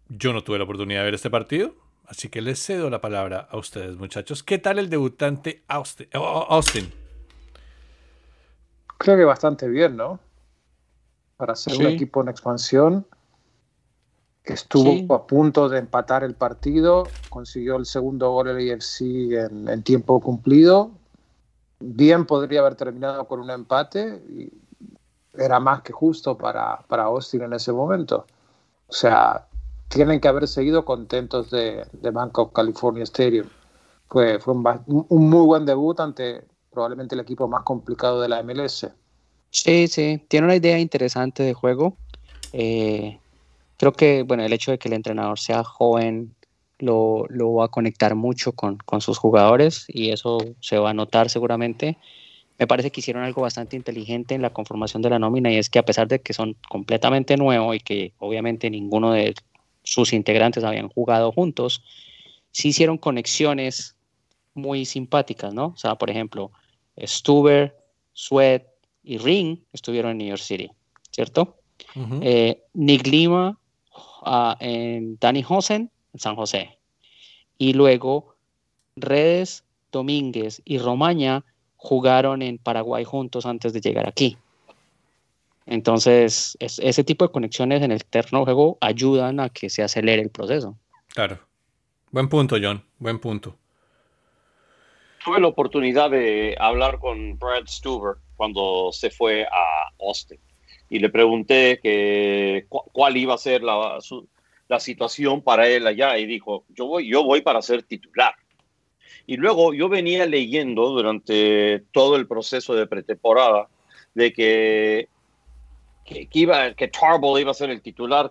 Yo no tuve la oportunidad de ver este partido, así que les cedo la palabra a ustedes, muchachos. ¿Qué tal el debutante Austin? Creo que bastante bien, ¿no? Para ser un equipo en expansión, estuvo a punto de empatar el partido, consiguió el segundo gol del AFC en tiempo cumplido. Bien podría haber terminado con un empate y era más que justo para Austin en ese momento. O sea, tienen que haber seguido contentos de Bank of California Stadium. Fue un muy buen debut ante probablemente el equipo más complicado de la MLS. Sí, tiene una idea interesante de juego. Creo que, bueno, el hecho de que el entrenador sea joven lo va a conectar mucho con sus jugadores y eso se va a notar seguramente. Me parece que hicieron algo bastante inteligente en la conformación de la nómina y es que a pesar de que son completamente nuevos y que obviamente ninguno de sus integrantes habían jugado juntos, sí hicieron conexiones muy simpáticas, ¿no? O sea, por ejemplo, Stuber, Sweat y Ring estuvieron en New York City, ¿cierto? Uh-huh. Nick Lima, en Danny Hosen en San José. Y luego Redes, Domínguez y Romaña jugaron en Paraguay juntos antes de llegar aquí. Entonces, ese tipo de conexiones en el terreno de juego ayudan a que se acelere el proceso. Claro. Buen punto, John. Buen punto. Tuve la oportunidad de hablar con Brad Stuber cuando se fue a Austin y le pregunté cuál iba a ser la situación para él allá y dijo, yo voy para ser titular. Y luego yo venía leyendo durante todo el proceso de pretemporada de que Tarbell iba a ser el titular,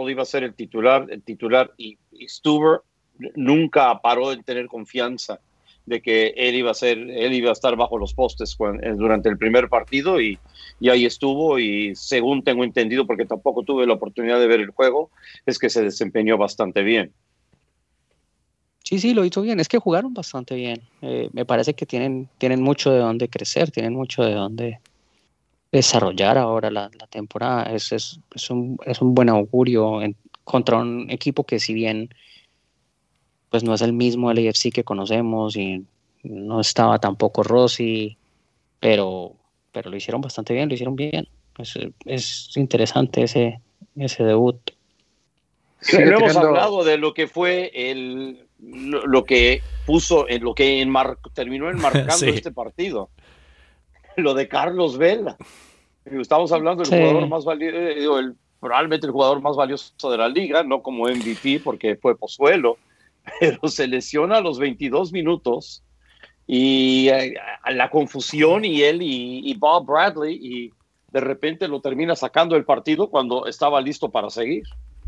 y Stuber nunca paró de tener confianza de que él iba a estar bajo los postes durante el primer partido y ahí estuvo y según tengo entendido, porque tampoco tuve la oportunidad de ver el juego, es que se desempeñó bastante bien. Sí, lo hizo bien. Es que jugaron bastante bien. Me parece que tienen mucho de dónde crecer, tienen mucho de dónde desarrollar ahora la temporada. Es un buen augurio contra un equipo que si bien pues no es el mismo LAFC que conocemos y no estaba tampoco Rossi, pero lo hicieron bastante bien, lo hicieron bien. Es interesante ese debut. No hemos hablado de lo que fue lo que puso, lo que terminó enmarcando este partido. Lo de Carlos Vela. Estamos hablando del jugador más valioso, probablemente el jugador más valioso de la liga, no como MVP porque fue Pozuelo, pero se lesiona a los 22 minutos y la confusión y él y Bob Bradley y de repente lo termina sacando del partido cuando estaba listo para seguir.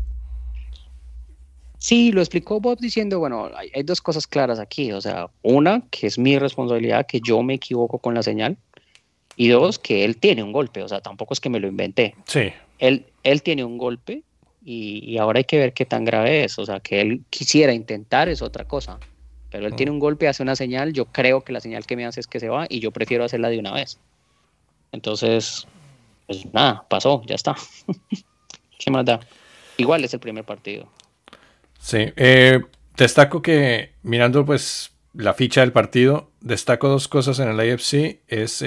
Sí, lo explicó Bob diciendo, bueno, hay dos cosas claras aquí, o sea, una, que es mi responsabilidad, que yo me equivoco con la señal, y dos, que él tiene un golpe, o sea, tampoco es que me lo inventé. Sí. Él tiene un golpe y ahora hay que ver qué tan grave es, o sea, que él quisiera intentar es otra cosa, pero él tiene un golpe, hace una señal, yo creo que la señal que me hace es que se va y yo prefiero hacerla de una vez. Entonces, pues nada, pasó, ya está. ¿Qué más da? Igual es el primer partido. Sí, destaco que mirando pues la ficha del partido, destaco dos cosas en el AFC.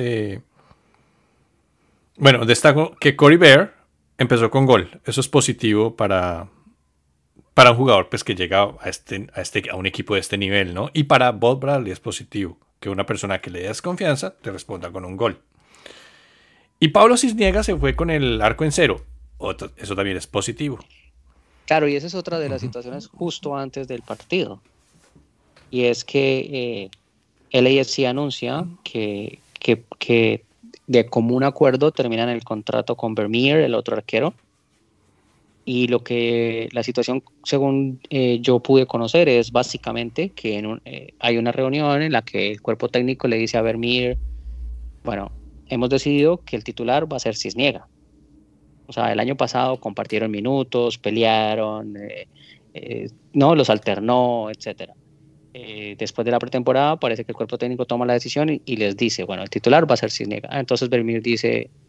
Destaco que Corey Bear empezó con gol. Eso es positivo para un jugador pues, que llega a un equipo de este nivel, ¿no? Y para Bob Bradley es positivo que una persona que le des confianza te responda con un gol. Y Pablo Cisniega se fue con el arco en cero. Eso también es positivo. Claro, y esa es otra de las situaciones justo antes del partido. Y es que el AFC anuncia que de común acuerdo terminan el contrato con Vermeer, el otro arquero. Y la situación, según yo pude conocer, es básicamente que hay una reunión en la que el cuerpo técnico le dice a Vermeer, bueno, hemos decidido que el titular va a ser Cisniega. O sea, el año pasado compartieron minutos, pelearon, no, los alternó, etc. Después de la pretemporada parece que el cuerpo técnico toma la decisión y les dice, bueno, el titular va a ser Cisniega. Entonces Vermeer dice,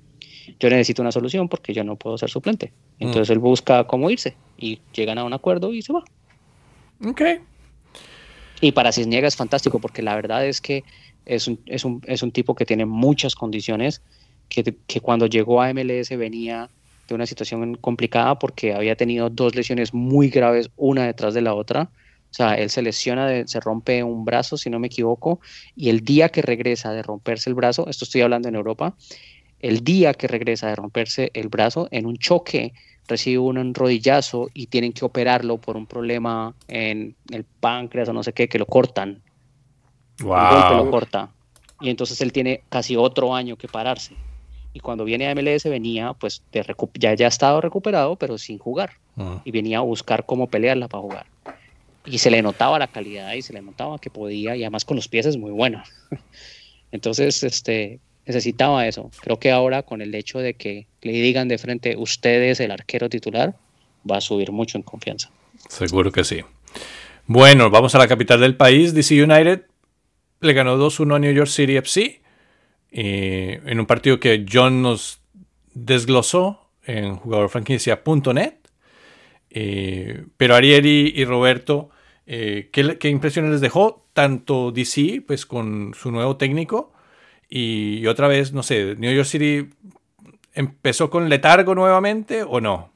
yo necesito una solución porque yo no puedo ser suplente. Entonces él busca cómo irse y llegan a un acuerdo y se va. Ok. Y para Cisniega es fantástico porque la verdad es que es un tipo que tiene muchas condiciones, que cuando llegó a MLS venía de una situación complicada porque había tenido 2 lesiones muy graves, una detrás de la otra. O sea, él se lesiona, se rompe un brazo, si no me equivoco, y el día que regresa de romperse el brazo, esto estoy hablando en Europa, el día que regresa de romperse el brazo, en un choque recibe un rodillazo y tienen que operarlo por un problema en el páncreas o no sé qué, que lo cortan. Wow. El golpe lo corta. Y entonces él tiene casi otro año que pararse. Y cuando viene a MLS venía, pues, ya ha estado recuperado, pero sin jugar. Y venía a buscar cómo pelearla para jugar. Y se le notaba la calidad y se le notaba que podía, y además con los pies es muy bueno. Entonces, necesitaba eso. Creo que ahora con el hecho de que le digan de frente, usted es el arquero titular, va a subir mucho en confianza. Seguro que sí. Bueno, vamos a la capital del país. DC United le ganó 2-1 a New York City FC en un partido que John nos desglosó en jugadorfranquicia.net. Pero Ariel y Roberto, ¿qué impresiones les dejó? Tanto DC, pues con su nuevo técnico, y otra vez, no sé, New York City empezó con letargo nuevamente o no.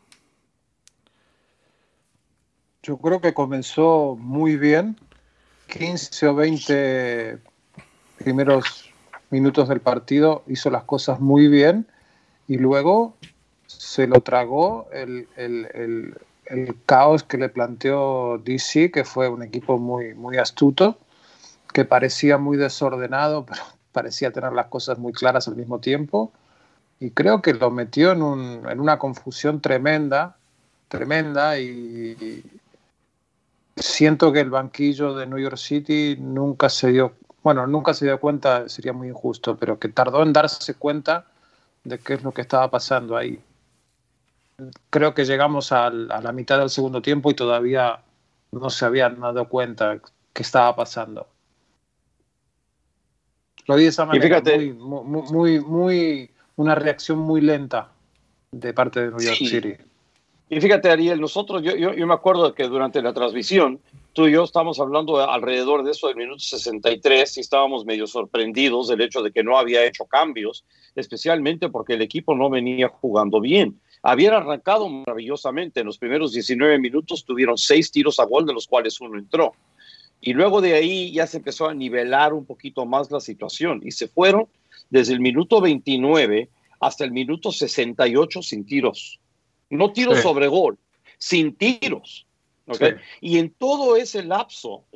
Yo creo que comenzó muy bien, 15 o 20 primeros minutos del partido hizo las cosas muy bien y luego se lo tragó el caos que le planteó DC, que fue un equipo muy, muy astuto, que parecía muy desordenado, pero parecía tener las cosas muy claras al mismo tiempo, y creo que lo metió en una confusión tremenda, y siento que el banquillo de New York City nunca se dio cuenta, sería muy injusto, pero que tardó en darse cuenta de qué es lo que estaba pasando ahí. Creo que llegamos a la mitad del segundo tiempo y todavía no se habían dado cuenta qué estaba pasando. Lo vi de esa manera, muy, una reacción muy lenta de parte de New York City. Y fíjate, Ariel, nosotros, yo me acuerdo de que durante la transmisión, tú y yo estábamos hablando alrededor de eso del minuto 63 y estábamos medio sorprendidos del hecho de que no había hecho cambios, especialmente porque el equipo no venía jugando bien. Habían arrancado maravillosamente. En los primeros 19 minutos tuvieron 6 tiros a gol, de los cuales 1 entró. Y luego de ahí ya se empezó a nivelar un poquito más la situación y se fueron desde el minuto 29 hasta el minuto 68 sin tiros. No tiros sobre gol, sin tiros. ¿Okay? Sí. Y en todo ese lapso,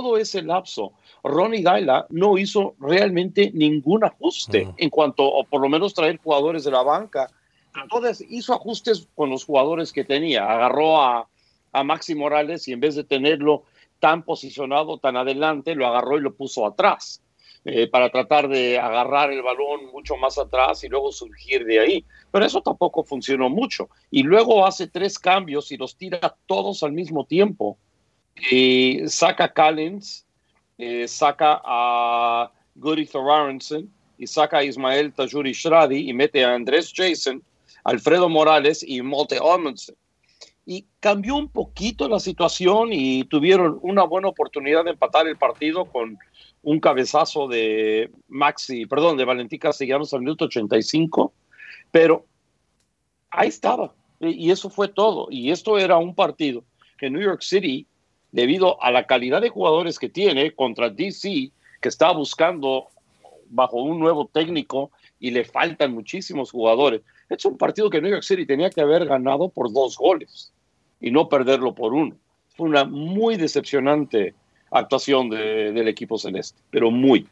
Ronny Deila no hizo realmente ningún ajuste en cuanto, o por lo menos traer jugadores de la banca. Entonces hizo ajustes con los jugadores que tenía. Agarró a Maxi Morales y en vez de tenerlo tan posicionado, tan adelante, lo agarró y lo puso atrás. Para tratar de agarrar el balón mucho más atrás y luego surgir de ahí. Pero eso tampoco funcionó mucho. Y luego hace 3 cambios y los tira todos al mismo tiempo. Saca a Callens, saca a Guri Thorarensen y saca a Ismael Tajuri Shradi y mete a Andrés Jason, Alfredo Morales y Malte Amundsen. Y cambió un poquito la situación y tuvieron una buena oportunidad de empatar el partido con un cabezazo de Valentín Castellanos al minuto 85, pero ahí estaba, y eso fue todo. Y esto era un partido que New York City, debido a la calidad de jugadores que tiene contra DC, que está buscando bajo un nuevo técnico y le faltan muchísimos jugadores, es un partido que New York City tenía que haber ganado por 2 goles y no perderlo por 1. Fue una muy decepcionante actuación del equipo celeste, pero muy.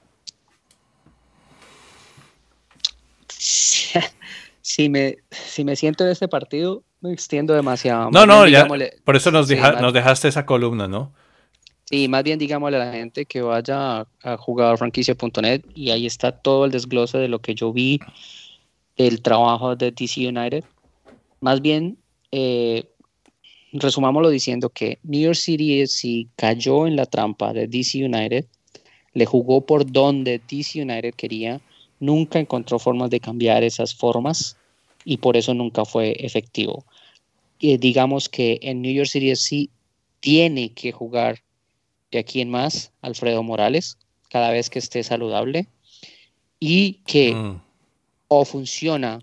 Si me siento en este partido, me extiendo demasiado. No, ya, por eso nos dejaste esa columna, ¿no? Sí, más bien digámosle a la gente que vaya a jugadorfranquicia.net y ahí está todo el desglose de lo que yo vi del trabajo de DC United. Más bien, resumámoslo diciendo que New York City sí cayó en la trampa de DC United, le jugó por donde DC United quería, nunca encontró formas de cambiar esas formas y por eso nunca fue efectivo. Digamos que en New York City sí tiene que jugar de aquí en más Alfredo Morales cada vez que esté saludable y que o funciona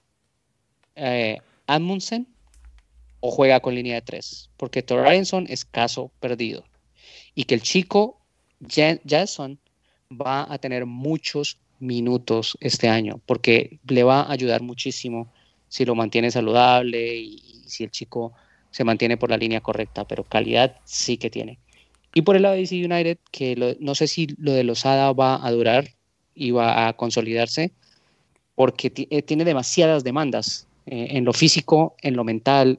Amundsen o juega con línea de 3, porque Torrenson es caso perdido y que el chico Jason va a tener muchos minutos este año porque le va a ayudar muchísimo si lo mantiene saludable y si el chico se mantiene por la línea correcta, pero calidad sí que tiene. Y por el lado de DC United, que no sé si lo de Lozada va a durar y va a consolidarse, porque tiene demasiadas demandas en lo físico, en lo mental.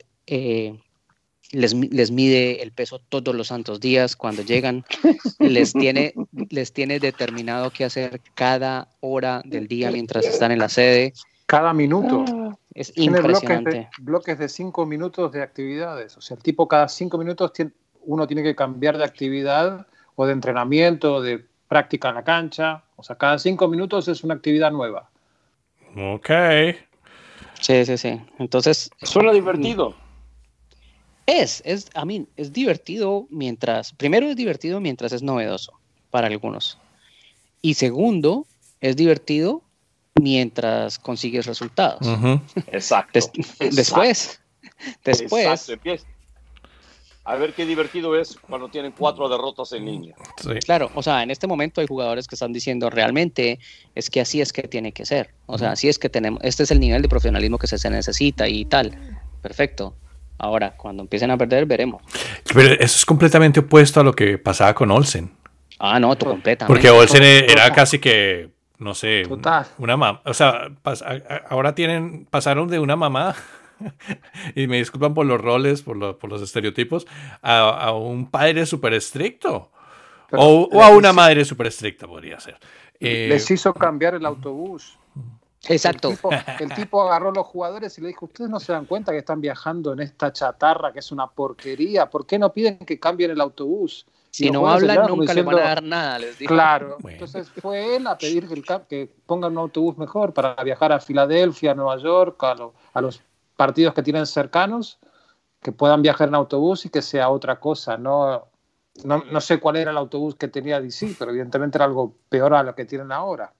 Les mide el peso todos los santos días cuando llegan. les tiene determinado qué hacer cada hora del día mientras están en la sede. Cada minuto. Es tiene impresionante. bloques de 5 minutos de actividades. O sea, el tipo cada 5 minutos uno tiene que cambiar de actividad o de entrenamiento, o de práctica en la cancha. O sea, cada 5 minutos es una actividad nueva. Ok. Sí. Entonces... Suena divertido. Es divertido primero es divertido mientras es novedoso para algunos. Y segundo, es divertido mientras consigues resultados. Exacto. Después. Exacto. A ver qué divertido es cuando tienen 4 derrotas en línea. Sí. Claro, o sea, en este momento hay jugadores que están diciendo realmente es que así es que tiene que ser. O sea, así es que este es el nivel de profesionalismo que se necesita y tal. Perfecto. Ahora, cuando empiecen a perder, veremos. Pero eso es completamente opuesto a lo que pasaba con Olsen. No, completamente. Porque Olsen era casi que, no sé, una mamá. O sea, ahora pasaron de una mamá, y me disculpan por los roles, por los estereotipos, a un padre súper estricto. O a una madre súper estricta, podría ser. Les hizo cambiar el autobús. Exacto. El tipo agarró a los jugadores y le dijo, ¿ustedes no se dan cuenta que están viajando en esta chatarra que es una porquería? ¿Por qué no piden que cambien el autobús? Si no hablan, nunca les van a dar nada, les dijo. Claro. Bueno. Entonces fue él a pedir que pongan un autobús mejor para viajar a Filadelfia, a Nueva York, a los partidos que tienen cercanos, que puedan viajar en autobús y que sea otra cosa. No sé cuál era el autobús que tenía DC, pero evidentemente era algo peor a lo que tienen ahora.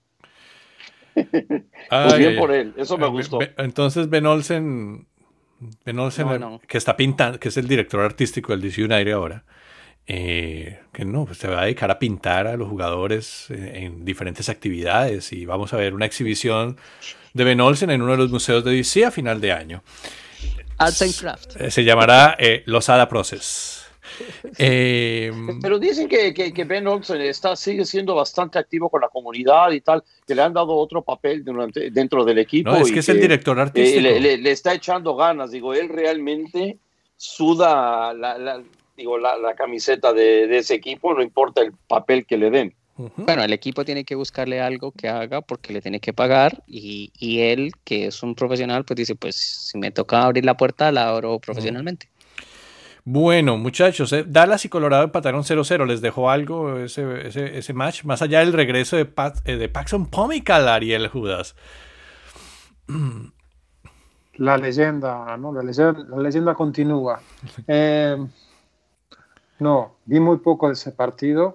Pues bien por él, eso me gustó. Entonces Ben Olsen No. que está pintando, que es el director artístico del DC United ahora, que pues se va a dedicar a pintar a los jugadores en diferentes actividades, y vamos a ver una exhibición de Ben Olsen en uno de los museos de DC a final de año. Arts and Craft. Se llamará Lozada Process. Pero dicen que Ben Olsen sigue siendo bastante activo con la comunidad y tal, que le han dado otro papel dentro del equipo. No, es que es el director artístico. Le está echando ganas, digo, él realmente suda la camiseta de ese equipo, no importa el papel que le den. Bueno, el equipo tiene que buscarle algo que haga porque le tiene que pagar, y él, que es un profesional, pues dice, pues si me toca abrir la puerta, la abro profesionalmente. Bueno, muchachos, Dallas y Colorado empataron 0-0. ¿Les dejó algo ese match? Más allá del regreso de Paxton Pomykal, Ariel Judas. La leyenda, ¿no? La leyenda continúa. No, vi muy poco de ese partido.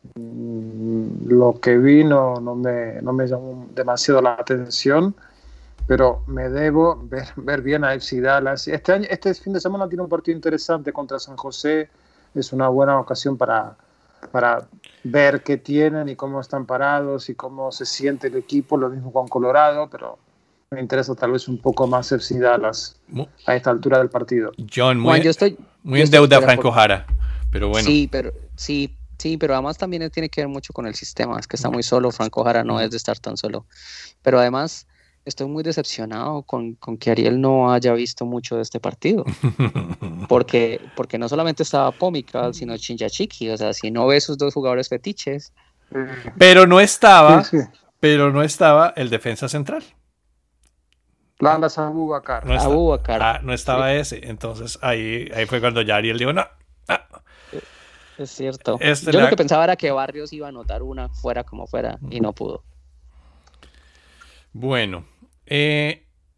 Lo que vi no me llamó demasiado la atención, pero me debo ver bien a FC Dallas. Este fin de semana tiene un partido interesante contra San José. Es una buena ocasión para ver qué tienen y cómo están parados y cómo se siente el equipo. Lo mismo con Colorado, pero me interesa tal vez un poco más FC Dallas a esta altura del partido. John, muy en deuda Franco Jara, pero bueno. Sí, pero además también tiene que ver mucho con el sistema. Es que está muy solo. Franco Jara no es de estar tan solo. Pero además estoy muy decepcionado con que Ariel no haya visto mucho de este partido. Porque no solamente estaba Pomykal, sino Chinchachiki. O sea, si no ve sus dos jugadores fetiches. Pero no estaba el defensa central. Landas Abubakar. No estaba ese. Entonces ahí fue cuando ya Ariel dijo, no. Es cierto. Yo lo que pensaba era que Barrios iba a anotar una fuera como fuera y no pudo. Bueno,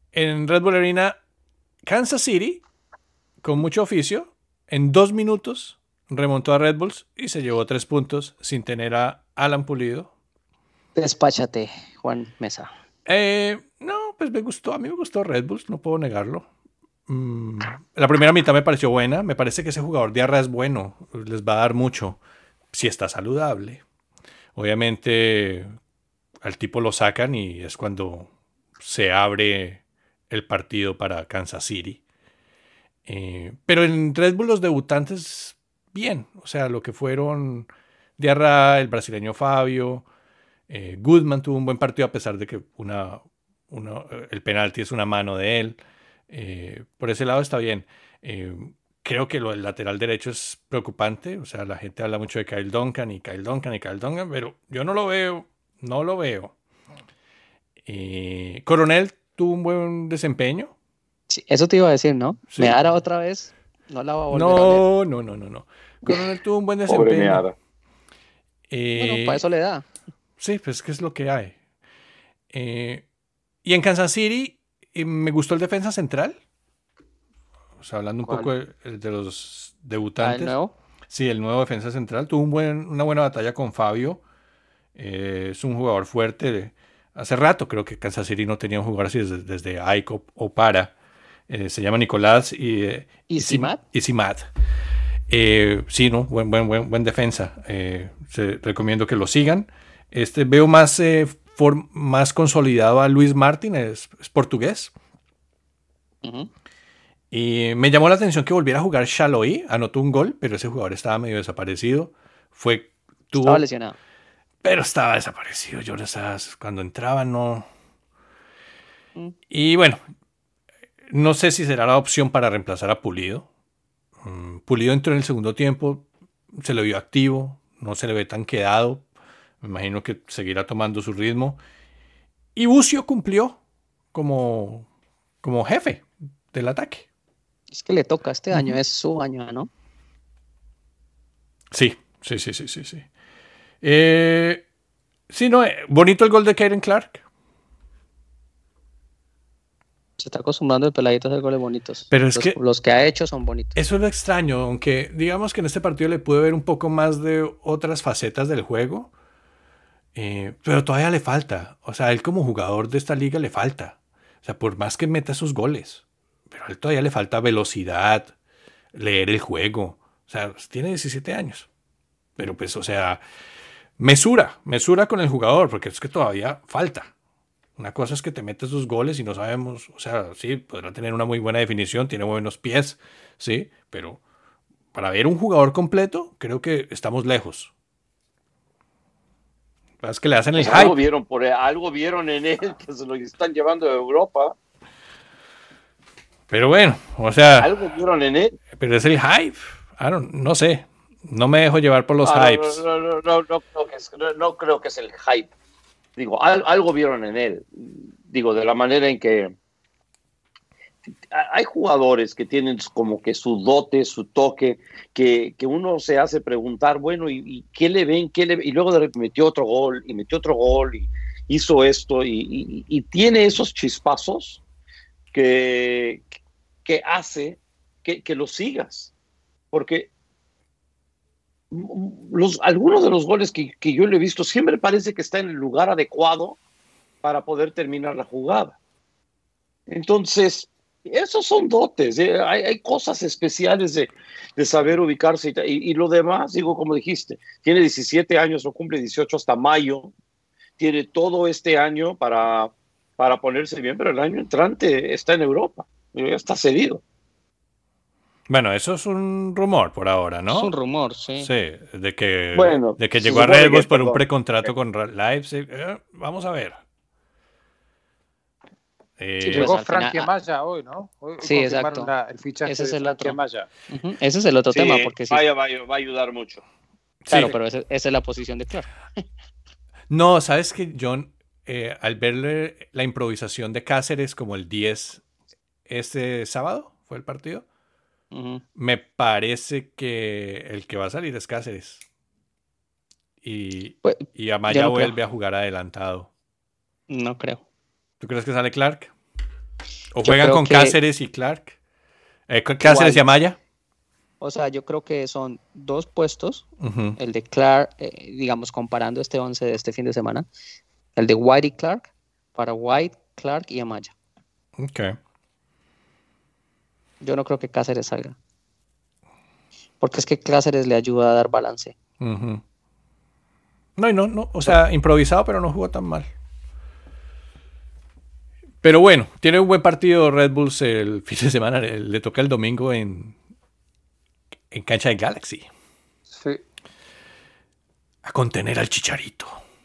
en Red Bull Arena, Kansas City, con mucho oficio, en 2 minutos remontó a Red Bulls y se llevó 3 puntos sin tener a Alan Pulido. Despáchate, Juan Mesa. No, pues a mí me gustó Red Bulls, no puedo negarlo. La primera mitad me pareció buena, me parece que ese jugador Diarra es bueno, les va a dar mucho, si está saludable. Obviamente al tipo lo sacan y es cuando se abre el partido para Kansas City. Pero en Red Bull los debutantes, bien. O sea, lo que fueron Diarra, el brasileño Fabio, Goodman tuvo un buen partido a pesar de que el penalti es una mano de él. Por ese lado está bien. Creo que lo del lateral derecho es preocupante. O sea, la gente habla mucho de Kyle Duncan y Kyle Duncan y Kyle Duncan, pero yo no lo veo. No lo veo. Coronel tuvo un buen desempeño. Sí, eso te iba a decir, ¿no? Sí. Meara otra vez, no la va a volver a leer. No. Coronel tuvo un buen Pobre desempeño. Meara. Bueno, para eso le da. Sí, pues que es lo que hay. Y en Kansas City me gustó el defensa central. O sea, hablando un ¿Cuál? poco de los debutantes. ¿El nuevo? Sí, el nuevo defensa central. Tuvo una buena batalla con Fabio. Es un jugador fuerte. Hace rato creo que Kansas City no tenía un jugador así desde Ike o Para. Se llama Nicolás Isimat. Isimat. Sí, ¿no? Buen defensa. Recomiendo que lo sigan. Veo más consolidado a Luis Martín, es portugués. Uh-huh. Y me llamó la atención que volviera a jugar Xaloy, anotó un gol, pero ese jugador estaba medio desaparecido. Estaba lesionado. Pero estaba desaparecido. Yo cuando entraba no. Y bueno, no sé si será la opción para reemplazar a Pulido. Pulido entró en el segundo tiempo, se le vio activo, no se le ve tan quedado. Me imagino que seguirá tomando su ritmo. Y Bucio cumplió como jefe del ataque. Es que le toca este año, es su año, ¿no? Sí. Sí, no, bonito el gol de Kieran Clark. Se está acostumbrando el peladito a hacer goles bonitos. Pero los que ha hecho son bonitos. Eso es lo extraño, aunque digamos que en este partido le pude ver un poco más de otras facetas del juego. Pero todavía le falta. O sea, él como jugador de esta liga le falta. O sea, por más que meta sus goles. Pero a él todavía le falta velocidad, leer el juego. O sea, tiene 17 años. Pero pues, o sea, mesura con el jugador, porque es que todavía falta. Una cosa es que te metes sus goles y no sabemos, o sea, sí, podrá tener una muy buena definición, tiene buenos pies, sí, pero para ver un jugador completo, creo que estamos lejos. Es que le hacen el hype. Algo vieron en él que se lo están llevando de Europa. Pero bueno, o sea. Algo vieron en él. Pero es el hype. No sé. No me dejo llevar por los hypes. No creo que es el hype. Digo, algo vieron en él. Digo, de la manera en que hay jugadores que tienen como que su dote, su toque, que uno se hace preguntar, bueno, ¿y qué le ven? Y luego de repente metió otro gol, y hizo esto, y tiene esos chispazos que hace que lo sigas. Porque algunos de los goles que yo le he visto siempre parece que está en el lugar adecuado para poder terminar la jugada. Entonces, esos son dotes, hay cosas especiales de saber ubicarse y lo demás, digo, como dijiste, tiene 17 años, no cumple 18 hasta mayo, tiene todo este año para ponerse bien, pero el año entrante está en Europa, ya está cedido. Bueno, eso es un rumor por ahora, ¿no? Es un rumor, sí. Sí, de que llegó a supone Red Bulls que, por un precontrato con Leipzig. Vamos a ver. Sí, llegó Frankie Amaya hoy, ¿no? Hoy sí, exacto. El fichaje ese es de el Frankie otro. Amaya. Uh-huh. Ese es el otro tema. Porque va a ayudar mucho. Claro, sí. Pero esa es la posición de Clark. No, ¿sabes qué, John? Al verle la improvisación de Cáceres como el 10 este sábado, ¿fue el partido? Uh-huh. Me parece que el que va a salir es Cáceres. Y Amaya vuelve a jugar adelantado. No creo. ¿Tú crees que sale Clark? ¿O juegan con Cáceres y Clark? ¿Cáceres y Amaya? O sea, yo creo que son 2 puestos. El de Clark, digamos, comparando este 11 de este fin de semana. El de White y Clark, para White, Clark y Amaya. Ok. Yo no creo que Cáceres salga. Porque es que Cáceres le ayuda a dar balance. No, o sea, improvisado, pero no jugó tan mal. Pero bueno, tiene un buen partido Red Bulls el fin de semana. Le toca el domingo en cancha de Galaxy. Sí. A contener al Chicharito.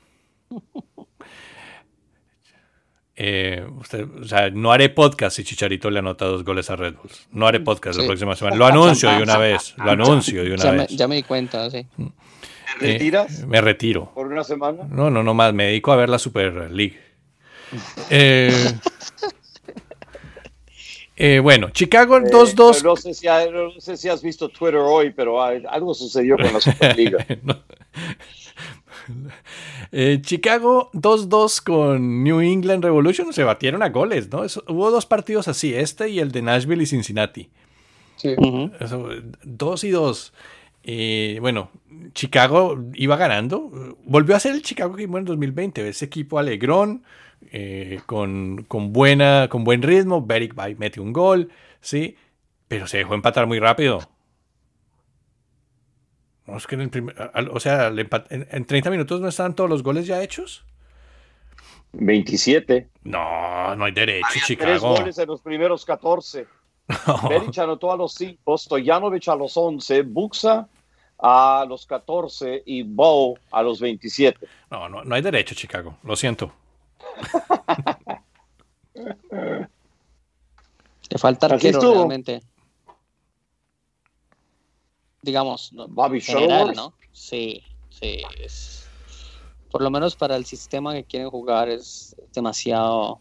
O sea, no haré podcast si Chicharito le anota 2 goles a Red Bulls. No haré podcast la próxima semana. Lo anuncio de una vez. Ya me di cuenta, sí. ¿Te retiras? Me retiro. ¿Por una semana? No más. Me dedico a ver la Super League. Bueno, Chicago 2-2. No sé si has visto Twitter hoy, pero algo sucedió con la Superliga. Chicago 2-2 con New England Revolution. Se batieron a goles, ¿no? Hubo 2 partidos así, y el de Nashville y Cincinnati. Sí. 2-2. Bueno, Chicago iba ganando. Volvió a ser el Chicago que vimos en 2020. Ese equipo alegrón, con buen ritmo. Beric metió un gol, ¿sí? Pero se dejó empatar muy rápido. No, es que en 30 minutos no estaban todos los goles ya hechos. 27. No hay derecho, Había Chicago. 3 goles en los primeros 14. No. Beric anotó a los 5, Stojanovic a los 11, Buxa a los 14 y Bow a los 27. No hay derecho, Chicago. Lo siento. Le falta arquero realmente. Digamos, Bobby general, Shuttleworth. ¿no? Sí. Por lo menos para el sistema que quieren jugar es demasiado.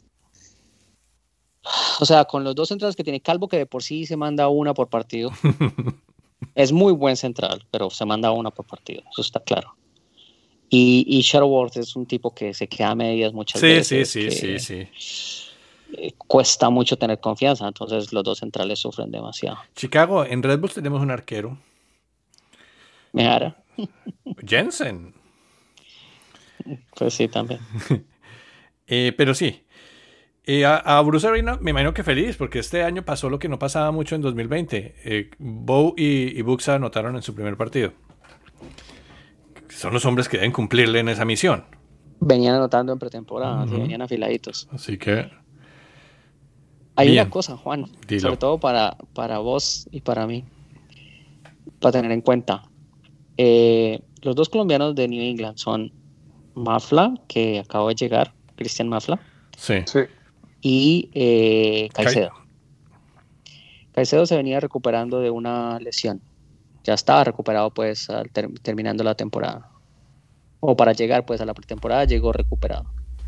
O sea, con los 2 centrales que tiene Calvo, que de por sí se manda una por partido. Es muy buen central, pero se manda una por partido, eso está claro. Y Shuttleworth es un tipo que se queda a medias muchas veces. Sí. Cuesta mucho tener confianza, entonces los 2 centrales sufren demasiado. Chicago, en Red Bulls tenemos un arquero. Mejara. Jensen. Pues sí, también. Pero sí. A Bruce Arena me imagino que feliz, porque este año pasó lo que no pasaba mucho en 2020. Bow y Buxa anotaron en su primer partido. Son los hombres que deben cumplirle en esa misión. Venían anotando en pretemporada, venían afiladitos. Así que... Hay bien. una cosa, Juan, Dilo. sobre todo para vos y para mí, para tener en cuenta. Los 2 colombianos de New England son Mafla, que acaba de llegar, Cristian Mafla. Sí. Y Caicedo. Caicedo se venía recuperando de una lesión. Ya estaba recuperado pues terminando la temporada. O para llegar pues a la pretemporada llegó recuperado.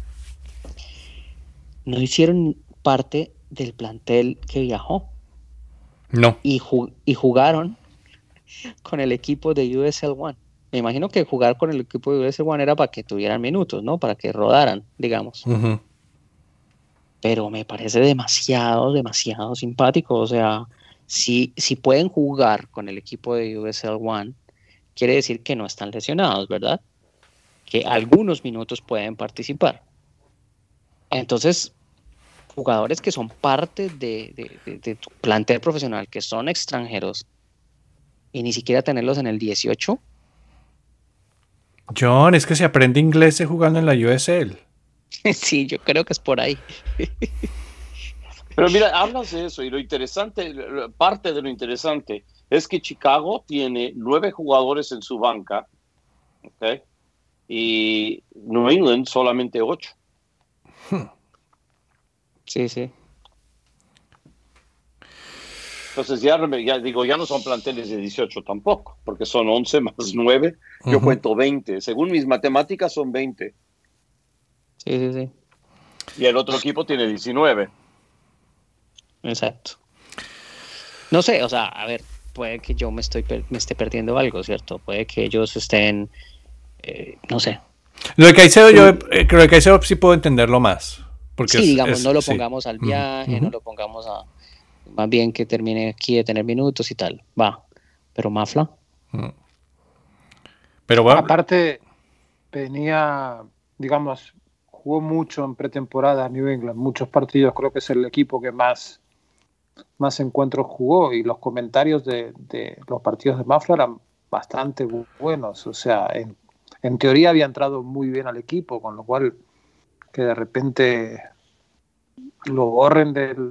No hicieron parte del plantel que viajó. No. Y jugaron con el equipo de USL One. Me imagino que jugar con el equipo de USL One era para que tuvieran minutos, ¿no? Para que rodaran, digamos. Uh-huh. Pero me parece demasiado simpático. O sea, si pueden jugar con el equipo de USL One, quiere decir que no están lesionados, ¿verdad? Que algunos minutos pueden participar. Entonces, jugadores que son parte de tu plantel profesional, que son extranjeros, y ni siquiera tenerlos en el 18. John, es que se aprende inglés jugando en la USL. Sí, yo creo que es por ahí. Pero mira, hablas de eso y lo interesante, parte de lo interesante es que Chicago tiene 9 jugadores en su banca, ¿okay? Y New England solamente 8. Sí. Entonces ya no son planteles de 18 tampoco, porque son 11 más 9. Yo cuento 20. Según mis matemáticas son 20. Sí. Y el otro equipo tiene 19. Exacto. No sé, o sea, a ver, puede que yo me esté perdiendo algo, ¿cierto? Puede que ellos estén, no sé. Lo de Caicedo, yo creo que Caicedo sí puedo entenderlo más. Porque sí, digamos, no lo pongamos al Ujú, viaje, no ujú. lo pongamos a... Más bien que termine aquí de tener minutos y tal. Va. Pero Mafla, Mm. Pero bueno, Aparte, venía, digamos, jugó mucho en pretemporada New England, muchos partidos, creo que es el equipo que más encuentros jugó y los comentarios de los partidos de Mafra eran bastante buenos, o sea, en teoría había entrado muy bien al equipo, con lo cual que de repente lo borren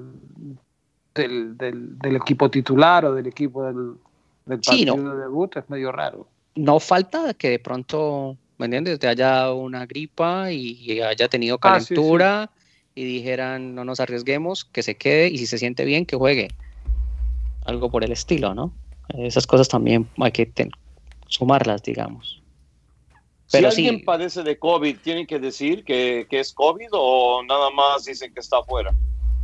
del equipo titular o del equipo del sí, no. partido de debut es medio raro. No falta que de pronto, ¿me entiendes? Te haya dado una gripa y haya tenido Sí, sí. calentura y dijeran no nos arriesguemos, que se quede y si se siente bien, que juegue. Algo por el estilo, ¿no? Esas cosas también hay que sumarlas, digamos. Si Pero alguien sí, padece de COVID, ¿tienen que decir que es COVID o nada más dicen que está afuera?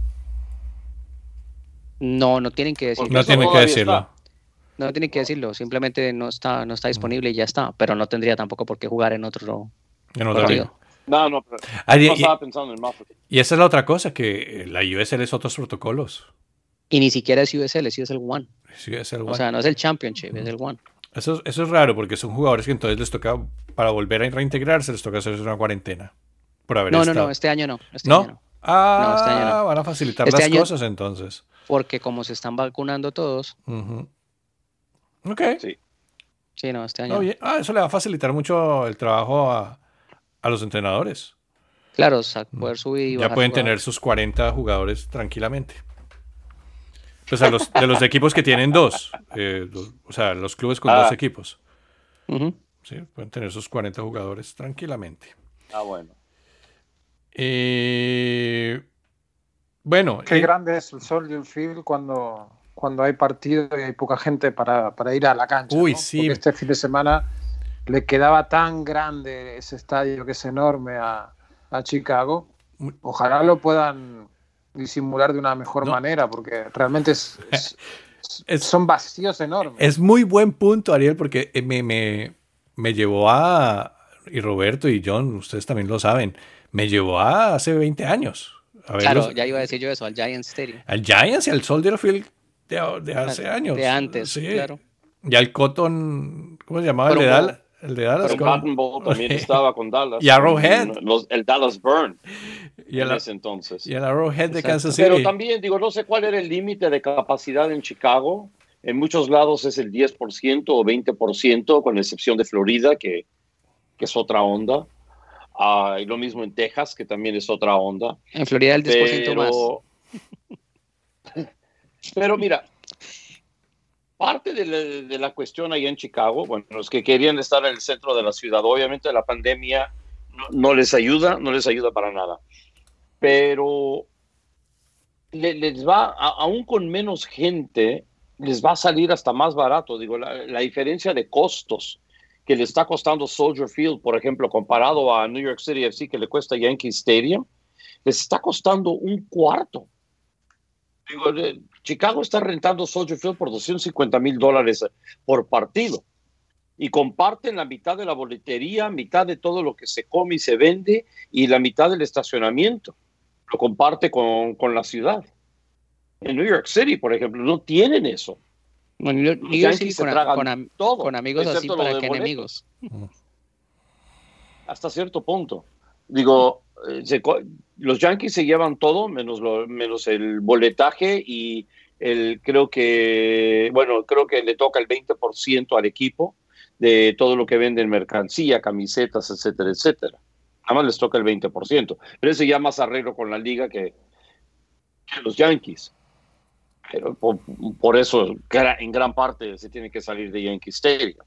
no tienen que Porque no decirlo. eso tiene que todavía decirlo. está. No tienen que decirlo, simplemente no está disponible y ya está, pero no tendría tampoco por qué jugar en otro En otra Bueno, liga. partido. no, pero Ah, no estaba pensando en Mafra. y esa es la otra cosa, que la USL es otros protocolos. Y ni siquiera es USL, es el One. Sí, es el O One. sea, no es el Championship, es el One. Eso es raro porque son jugadores que entonces les toca, para volver a reintegrarse, les toca hacerse una cuarentena por haber No, estado. este año no. Este ¿No? año no. No, este año Ah, no. van a facilitar Este las año, cosas entonces. porque como se están vacunando todos, Ujú. Ok. Sí. sí, no, este año No, no. bien. Ah, eso le va a facilitar mucho el trabajo a los entrenadores. Claro, o sea, poder subir y Ya bajar pueden tener jugadores. sus 40 jugadores tranquilamente. Pues de los equipos que tienen dos. O sea, los clubes con dos Ah, equipos. Ujú. Sí, pueden tener sus 40 jugadores tranquilamente. bueno. Bueno, Qué grande es el Soldier Field cuando hay partido y hay poca gente para ir a la cancha, uy, ¿no? sí. Porque este fin de semana le quedaba tan grande ese estadio que es enorme a Chicago. Ojalá lo puedan disimular de una mejor No. manera, porque realmente son vacíos enormes. Es muy buen punto, Ariel, porque me llevó y Roberto y John, ustedes también lo saben, me llevó a hace 20 años. A Claro, ya iba a decir yo eso, al Giants Stadium. al Giants y al Soldier Field de hace años. De antes, Sí. claro. Y al Cotton, ¿cómo se llamaba? Cotton Bowl. El de Dallas. El Cotton Bowl también estaba con Dallas. Y Arrowhead. El Dallas Burn Y en ese entonces. Y el Arrowhead de Exacto. Kansas City. Pero también, digo, no sé cuál era el límite de capacidad en Chicago. En muchos lados es el 10% o 20%, con excepción de Florida, que es otra onda. Y lo mismo en Texas, que también es otra onda. En Florida el 10% más. Pero mira, parte de la cuestión ahí en Chicago, bueno, los que querían estar en el centro de la ciudad, obviamente la pandemia no les ayuda para nada. Pero les va, aún con menos gente, les va a salir hasta más barato. Digo, la diferencia de costos que le está costando Soldier Field, por ejemplo, comparado a New York City FC, que le cuesta Yankee Stadium, les está costando un cuarto. Digo, Chicago está rentando Soldier Field por $250,000 por partido y comparten la mitad de la boletería, mitad de todo lo que se come y se vende y la mitad del estacionamiento. Lo comparte con la ciudad. En New York City, por ejemplo, no tienen eso. Bueno, Los Yankees se tragan todo, con amigos así excepto lo para de que boletos. enemigos. Hasta cierto punto. Digo, los Yankees se llevan todo menos el boletaje y creo que le toca el 20% al equipo de todo lo que venden, mercancía, camisetas, etcétera, etcétera. Nada más les toca el 20%. Pero ese ya más arreglo con la liga que los Yankees. Pero por eso en gran parte se tiene que salir de Yankee Stadium.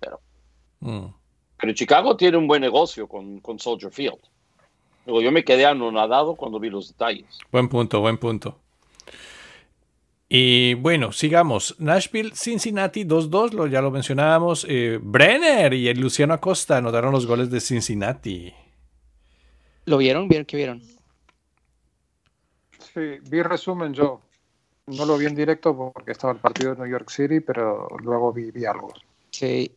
Pero Chicago tiene un buen negocio con Soldier Field. Luego, yo me quedé anonadado cuando vi los detalles. Buen punto. Y bueno, sigamos. Nashville, Cincinnati 2-2, ya lo mencionábamos. Brenner y el Luciano Acosta anotaron los goles de Cincinnati. ¿Lo vieron? ¿Qué vieron? Sí, vi resumen yo. No lo vi en directo porque estaba el partido de New York City, pero luego vi algo. Sí.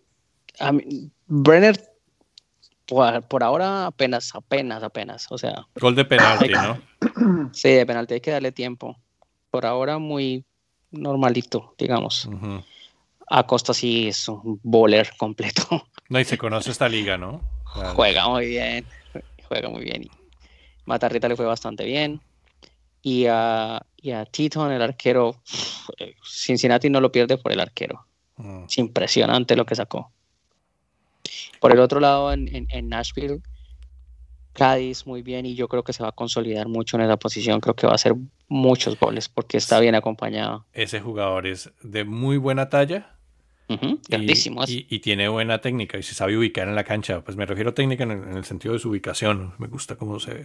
Brenner, por ahora apenas. O sea, Gol de penalti, ¿no? Sí, de penalti hay que darle tiempo. Por ahora muy normalito, digamos. Uh-huh. Acosta sí es un bowler completo. No, y se conoce esta liga, ¿no? Juega muy bien. Y Matarrita le fue bastante bien. Y a Titon, el arquero, Cincinnati no lo pierde por el arquero. Es impresionante lo que sacó. Por el otro lado, en Nashville, Cádiz muy bien, y yo creo que se va a consolidar mucho en esa posición. Creo que va a hacer muchos goles porque está bien acompañado. Ese jugador es de muy buena talla. Grandísimo. Y tiene buena técnica y se sabe ubicar en la cancha. Pues me refiero a técnica en el sentido de su ubicación. Me gusta cómo se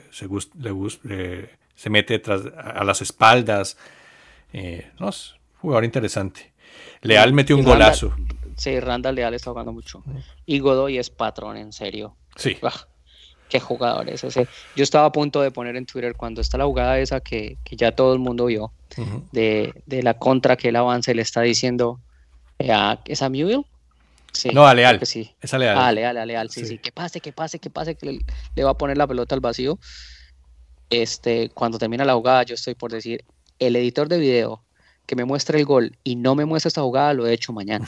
mete a las espaldas. No, es un jugador interesante. Leal metió un golazo. Sí, Randall Leal está jugando mucho. Y Godoy es patrón, en serio. Sí. Qué jugador es ese. Yo estaba a punto de poner en Twitter cuando está la jugada esa que ya todo el mundo vio, de la contra que él avanza y le está diciendo, ¿es a Mewell? Sí, no, a Leal. Sí. Es a Leal. Leal, sí. Que pase, que le va a poner la pelota al vacío. Cuando termina la jugada, yo estoy por decir, el editor de video que me muestre el gol y no me muestra esta jugada, lo he hecho mañana.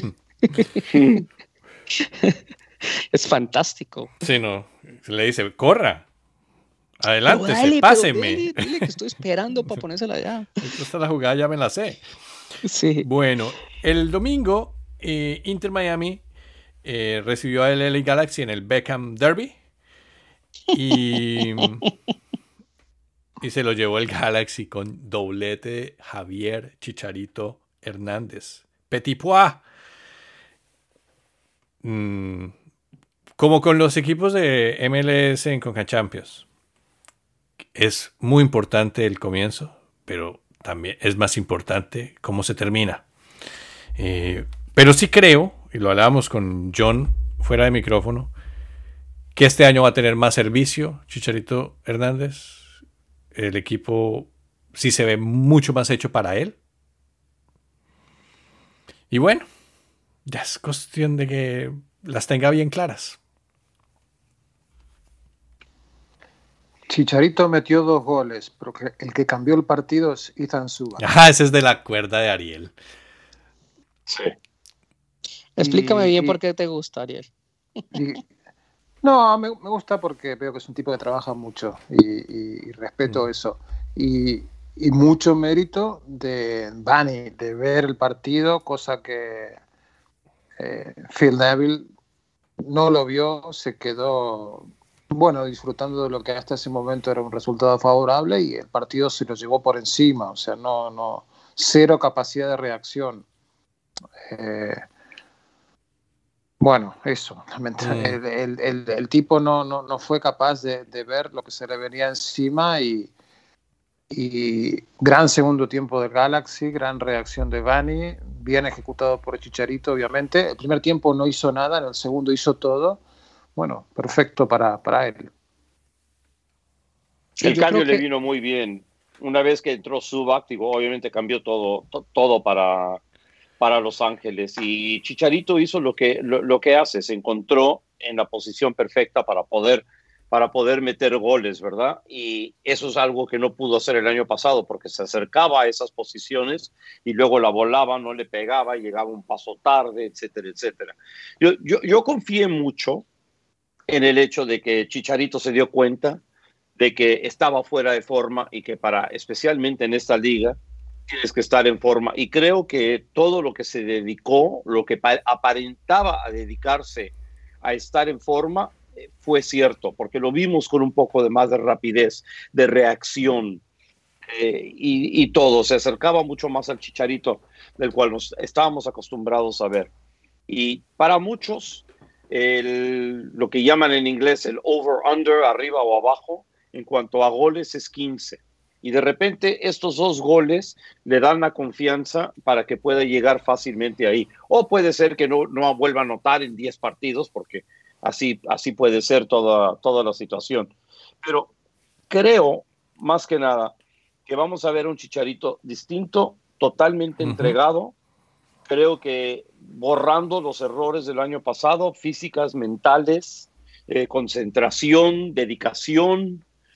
Es fantástico. Sí, no. Le dice, corra. Adelante, páseme. Dile que estoy esperando para ponérsela allá. Esta está la jugada, ya me la sé. Sí. Bueno, el domingo, Inter Miami recibió al LA Galaxy en el Beckham Derby. Y se lo llevó el Galaxy con doblete de Javier Chicharito Hernández. Petit Pois. Como con los equipos de MLS en Conca Champions. Es muy importante el comienzo, pero también es más importante cómo se termina. Pero sí creo, y lo hablábamos con John fuera de micrófono, que este año va a tener más servicio Chicharito Hernández. El equipo sí se ve mucho más hecho para él. Y bueno, ya es cuestión de que las tenga bien claras. Chicharito metió 2 goles, pero el que cambió el partido es Ethan Suba. Ese es de la cuerda de Ariel. Sí. Explícame bien por qué te gusta, Ariel. No, me gusta porque veo que es un tipo que trabaja mucho y respeto eso. Y mucho mérito de Vani, de ver el partido, cosa que Phil Neville no lo vio, se quedó disfrutando de lo que hasta ese momento era un resultado favorable y el partido se lo llevó por encima, o sea, no cero capacidad de reacción. Eso, el tipo no fue capaz de ver lo que se le venía encima y gran segundo tiempo del Galaxy, gran reacción de Vani, bien ejecutado por Chicharito, obviamente. El primer tiempo no hizo nada, en el segundo hizo todo. Bueno, perfecto para él. Sí, el cambio le vino muy bien. Una vez que entró Zubac, obviamente cambió todo para Los Ángeles. Y Chicharito hizo lo que hace, se encontró en la posición perfecta para poder meter goles, ¿verdad? Y eso es algo que no pudo hacer el año pasado porque se acercaba a esas posiciones y luego la volaba, no le pegaba, llegaba un paso tarde, etcétera, etcétera. Yo confié mucho en el hecho de que Chicharito se dio cuenta de que estaba fuera de forma y que especialmente en esta liga, tienes que estar en forma. Y creo que todo lo que se dedicó, lo que aparentaba a dedicarse a estar en forma, fue cierto, porque lo vimos con un poco de más de rapidez, de reacción, y todo. Se acercaba mucho más al Chicharito del cual nos estábamos acostumbrados a ver. Y para muchos, lo que llaman en inglés el over-under, arriba o abajo, en cuanto a goles es 15. Y de repente estos 2 goles le dan la confianza para que pueda llegar fácilmente ahí. O puede ser que no vuelva a anotar en 10 partidos, porque así puede ser toda la situación. Pero creo, más que nada, que vamos a ver un Chicharito distinto, totalmente entregado. Creo que borrando los errores del año pasado, físicas, mentales, concentración, dedicación,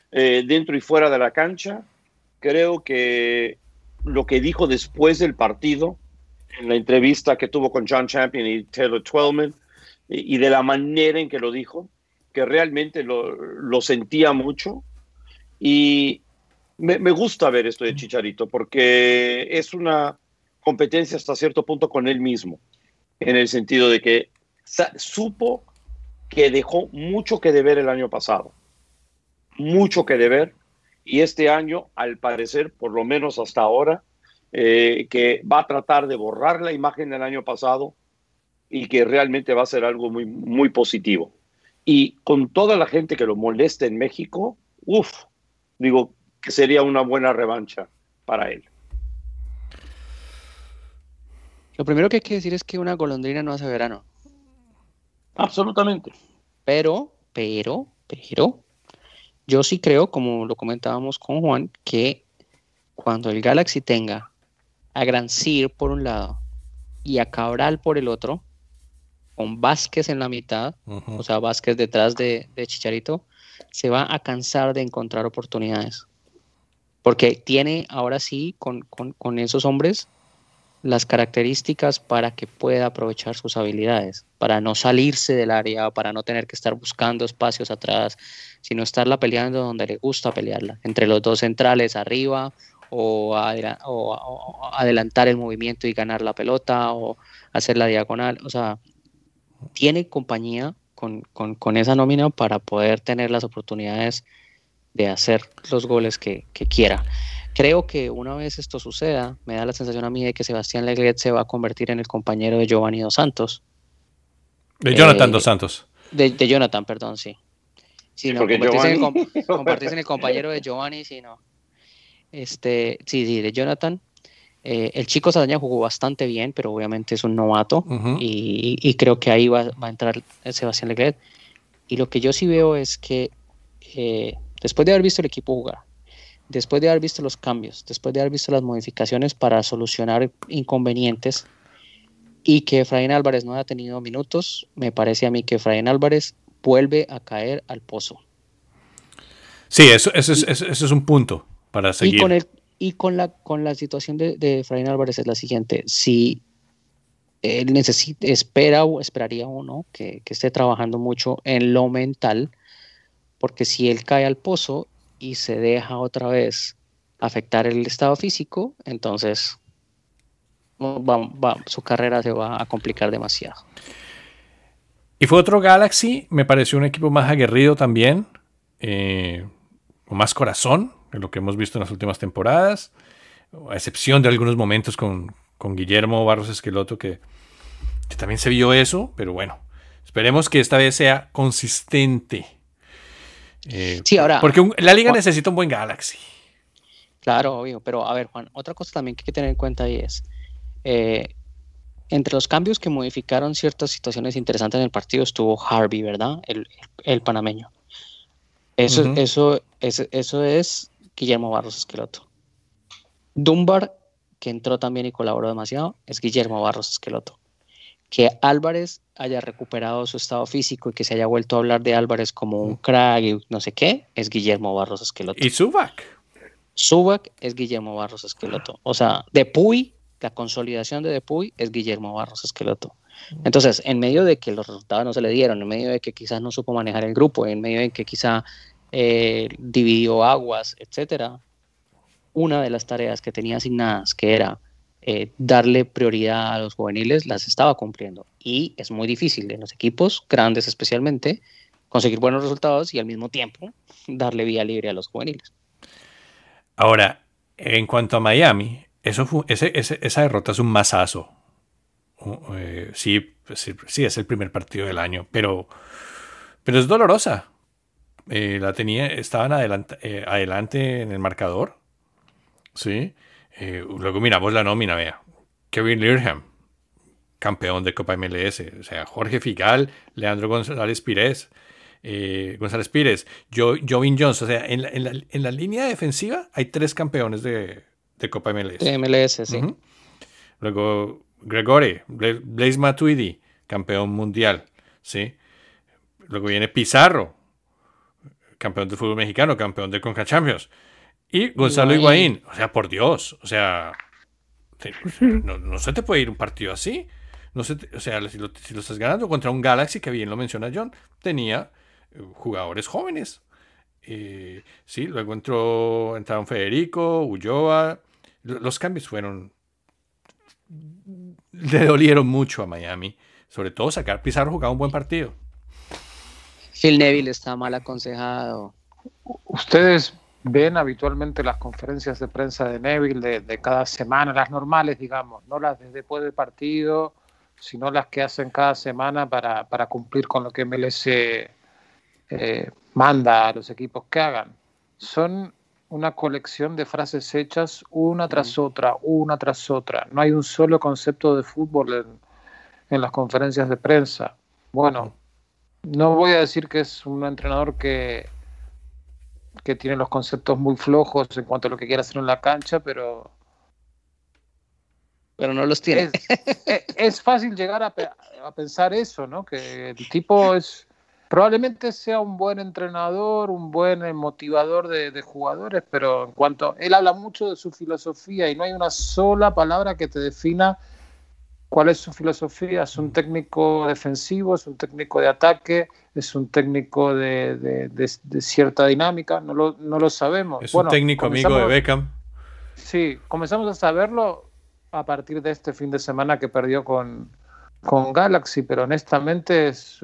dentro y fuera de la cancha. Creo que lo que dijo después del partido, en la entrevista que tuvo con John Champion y Taylor Twellman, y de la manera en que lo dijo, que realmente lo sentía mucho. Y me gusta ver esto de Chicharito, porque es una competencia hasta cierto punto con él mismo, en el sentido de que supo que dejó mucho que deber el año pasado, mucho que deber, y este año, al parecer, por lo menos hasta ahora, que va a tratar de borrar la imagen del año pasado y que realmente va a ser algo muy, muy positivo. Y con toda la gente que lo molesta en México, digo que sería una buena revancha para él. Lo primero que hay que decir es que una golondrina no hace verano. Absolutamente. Pero, yo sí creo, como lo comentábamos con Juan, que cuando el Galaxy tenga a Grandsir por un lado y a Cabral por el otro, con Vázquez en la mitad, o sea, Vázquez detrás de Chicharito, se va a cansar de encontrar oportunidades. Porque tiene ahora sí, con esos hombres, las características para que pueda aprovechar sus habilidades, para no salirse del área, para no tener que estar buscando espacios atrás, sino estarla peleando donde le gusta pelearla, entre los dos centrales arriba, o adelantar el movimiento y ganar la pelota, o hacer la diagonal. O sea, tiene compañía con esa nómina para poder tener las oportunidades de hacer los goles que quiera. Creo que una vez esto suceda, me da la sensación a mí de que Sebastián Lenglet se va a convertir en el compañero de Giovanni Dos Santos. De Jonathan Dos Santos. De Jonathan, perdón, sí. Sí, no, convertirse en el compañero de Giovanni, sí, no. Sí, de Jonathan. El Chico Saldaña jugó bastante bien, pero obviamente es un novato, y creo que ahí va a entrar Sebastián Lenglet. Y lo que yo sí veo es que después de haber visto el equipo jugar, después de haber visto los cambios, después de haber visto las modificaciones para solucionar inconvenientes, y que Efraín Álvarez no haya tenido minutos, me parece a mí que Efraín Álvarez vuelve a caer al pozo. Sí, eso es un punto para seguir. Con la situación de Efraín Álvarez es la siguiente: si él esperaría uno que esté trabajando mucho en lo mental, porque si él cae al pozo y se deja otra vez afectar el estado físico, entonces su carrera se va a complicar demasiado. Y fue otro Galaxy, me pareció un equipo más aguerrido también, con más corazón de lo que hemos visto en las últimas temporadas, a excepción de algunos momentos con Guillermo Barros Esqueloto, que también se vio eso, pero bueno, esperemos que esta vez sea consistente. Sí, ahora, porque la liga necesita un buen Galaxy. Claro, obvio, pero a ver, Juan, otra cosa también que hay que tener en cuenta ahí es, entre los cambios que modificaron ciertas situaciones interesantes en el partido estuvo Harvey, ¿verdad? El panameño. Eso es Guillermo Barros Esqueloto. Dunbar, que entró también y colaboró demasiado, es Guillermo Barros Esqueloto. Que Álvarez haya recuperado su estado físico y que se haya vuelto a hablar de Álvarez como un crack y no sé qué, es Guillermo Barros Esqueloto. Y Subac es Guillermo Barros Esqueloto. O sea, Depuy, la consolidación de Depuy es Guillermo Barros Esqueloto. Entonces, en medio de que los resultados no se le dieron, en medio de que quizás no supo manejar el grupo, en medio de que quizá dividió aguas, etcétera, una de las tareas que tenía asignadas, que era darle prioridad a los juveniles, las estaba cumpliendo. Y es muy difícil en los equipos grandes especialmente conseguir buenos resultados y al mismo tiempo darle vía libre a los juveniles. Ahora, en cuanto a Miami, esa derrota es un mazazo. Sí, es el primer partido del año, pero es dolorosa. Estaban adelante en el marcador. Sí. Luego miramos la nómina, vea. Kevin Learham, campeón de Copa MLS. O sea, Jorge Figal, Leandro González Pires, Jovin Jones. O sea, en la línea defensiva hay 3 campeones de Copa MLS. De MLS, sí. Luego Gregory, Blaise Matuidi, campeón mundial. ¿Sí? Luego viene Pizarro, campeón del fútbol mexicano, campeón de Conca Champions. Y Gonzalo Higuaín, o sea, por Dios, o sea, no se te puede ir un partido así. O sea, si lo estás ganando contra un Galaxy, que bien lo menciona John, tenía jugadores jóvenes. Sí, luego entraron Federico, Ulloa. Los cambios le dolieron mucho a Miami. Sobre todo Pizarro jugaba un buen partido. Phil Neville está mal aconsejado. ¿Ustedes ven habitualmente las conferencias de prensa de Neville de cada semana, las normales, digamos, no las de después del partido, sino las que hacen cada semana para cumplir con lo que MLS manda a los equipos que hagan? Son una colección de frases hechas una tras otra. No hay un solo concepto de fútbol en las conferencias de prensa. Bueno, no voy a decir que es un entrenador que tiene los conceptos muy flojos en cuanto a lo que quiere hacer en la cancha, pero no los tiene. Es fácil llegar a pensar eso, ¿no? Que el tipo probablemente sea un buen entrenador, un buen motivador de jugadores, pero en cuanto él habla mucho de su filosofía y no hay una sola palabra que te defina cuál es su filosofía. Es un técnico defensivo, es un técnico de ataque, es un técnico de cierta dinámica, no lo sabemos. Es un técnico amigo de Beckham. Sí, comenzamos a saberlo a partir de este fin de semana que perdió con Galaxy, pero honestamente es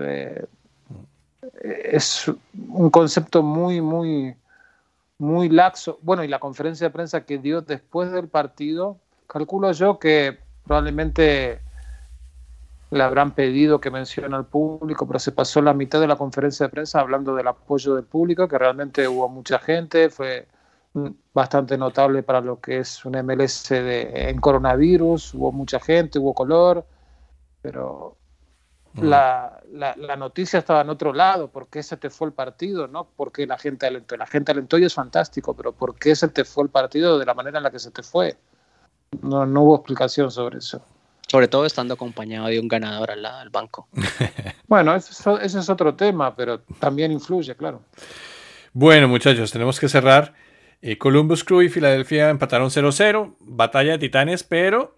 un concepto muy, muy, muy laxo. Bueno, y la conferencia de prensa que dio después del partido, calculo yo que probablemente le habrán pedido que mencione al público, pero se pasó la mitad de la conferencia de prensa hablando del apoyo del público, que realmente hubo mucha gente, fue bastante notable para lo que es un MLS en coronavirus, hubo mucha gente, hubo color, pero la noticia estaba en otro lado. ¿Por qué se te fue el partido? ¿No? Porque la gente alentó y es fantástico, pero ¿por qué se te fue el partido de la manera en la que se te fue? No hubo explicación sobre eso. Sobre todo estando acompañado de un ganador al lado del banco. Bueno, ese es otro tema, pero también influye, claro. Bueno, muchachos, tenemos que cerrar. Columbus Crew y Filadelfia empataron 0-0. Batalla de titanes, pero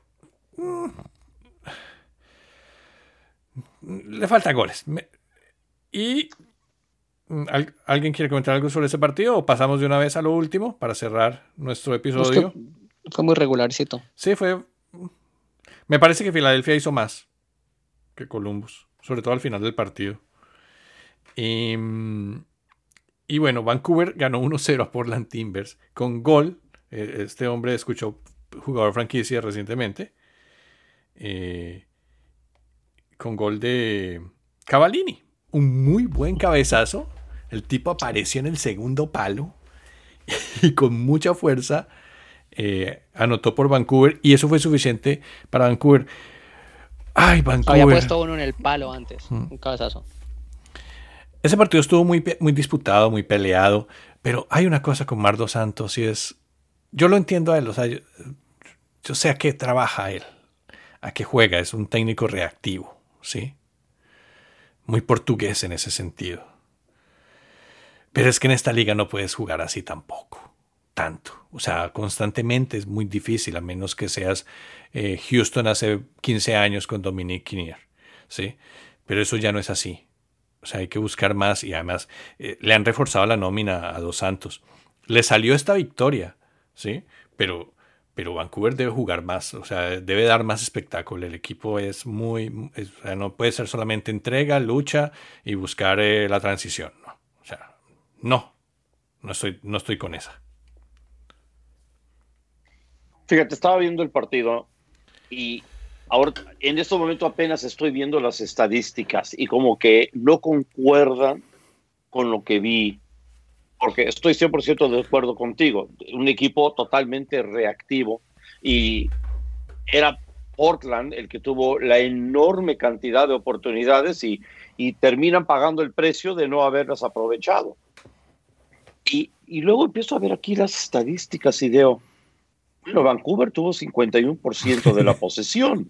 le faltan goles. ¿Alguien quiere comentar algo sobre ese partido o pasamos de una vez a lo último para cerrar nuestro episodio? Fue muy regularcito. Sí, me parece que Filadelfia hizo más que Columbus, sobre todo al final del partido. Y bueno, Vancouver ganó 1-0 a Portland Timbers con gol. Este hombre escuchó jugador franquicia recientemente. Con gol de Cavallini. Un muy buen cabezazo. El tipo apareció en el segundo palo y con mucha fuerza anotó por Vancouver y eso fue suficiente para Vancouver. ¡Ay, Vancouver! Había puesto uno en el palo antes, un cabezazo. Ese partido estuvo muy, muy disputado, muy peleado, pero hay una cosa con Mar Dos Santos y es... Yo lo entiendo a él, o sea, yo sé a qué trabaja él, a qué juega, es un técnico reactivo, ¿sí? Muy portugués en ese sentido. Pero es que en esta liga no puedes jugar así tampoco, tanto. O sea, constantemente es muy difícil, a menos que seas Houston hace 15 años con Dominic Kinnear, ¿sí? Pero eso ya no es así. O sea, hay que buscar más y además le han reforzado la nómina a Dos Santos. Le salió esta victoria, ¿sí? Pero Vancouver debe jugar más, o sea, debe dar más espectáculo. El equipo o sea, no puede ser solamente entrega, lucha y buscar la transición, ¿no? O sea, no estoy con esa. Fíjate, estaba viendo el partido y ahora en este momento apenas estoy viendo las estadísticas y como que no concuerdan con lo que vi, porque estoy 100% de acuerdo contigo. Un equipo totalmente reactivo y era Portland el que tuvo la enorme cantidad de oportunidades y terminan pagando el precio de no haberlas aprovechado. Y luego empiezo a ver aquí las estadísticas y veo, bueno, Vancouver tuvo 51% de la posesión.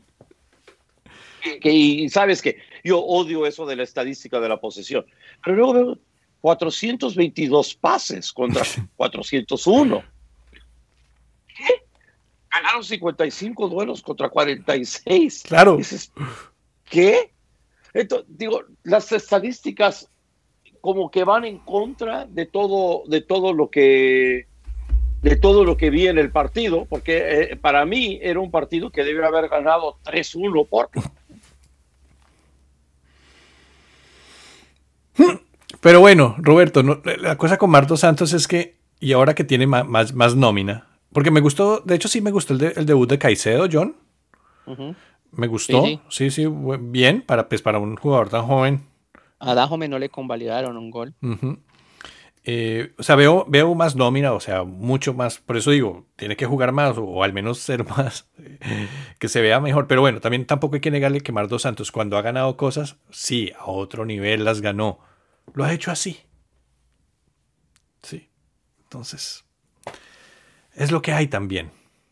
Y sabes que yo odio eso de la estadística de la posesión. Pero luego veo, 422 pases contra 401. ¿Qué? Ganaron 55 duelos contra 46. Claro. Dices, ¿qué? Entonces, digo, las estadísticas como que van en contra de todo lo que vi en el partido, porque para mí era un partido que debe haber ganado 3-1 Portland. Pero bueno, Roberto, la cosa con Marc Dos Santos es que, y ahora que tiene más nómina, porque me gustó, de hecho sí me gustó el debut de Caicedo, John. Uh-huh. Me gustó, sí, bien, para un jugador tan joven. A Dajome no le convalidaron un gol. Uh-huh. O sea, veo más nómina, o sea, mucho más. Por eso digo, tiene que jugar más o al menos ser más, que se vea mejor. Pero bueno, también tampoco hay que negarle que Marc Dos Santos, cuando ha ganado cosas, sí, a otro nivel las ganó. Lo ha hecho así. Sí. Entonces, es lo que hay también.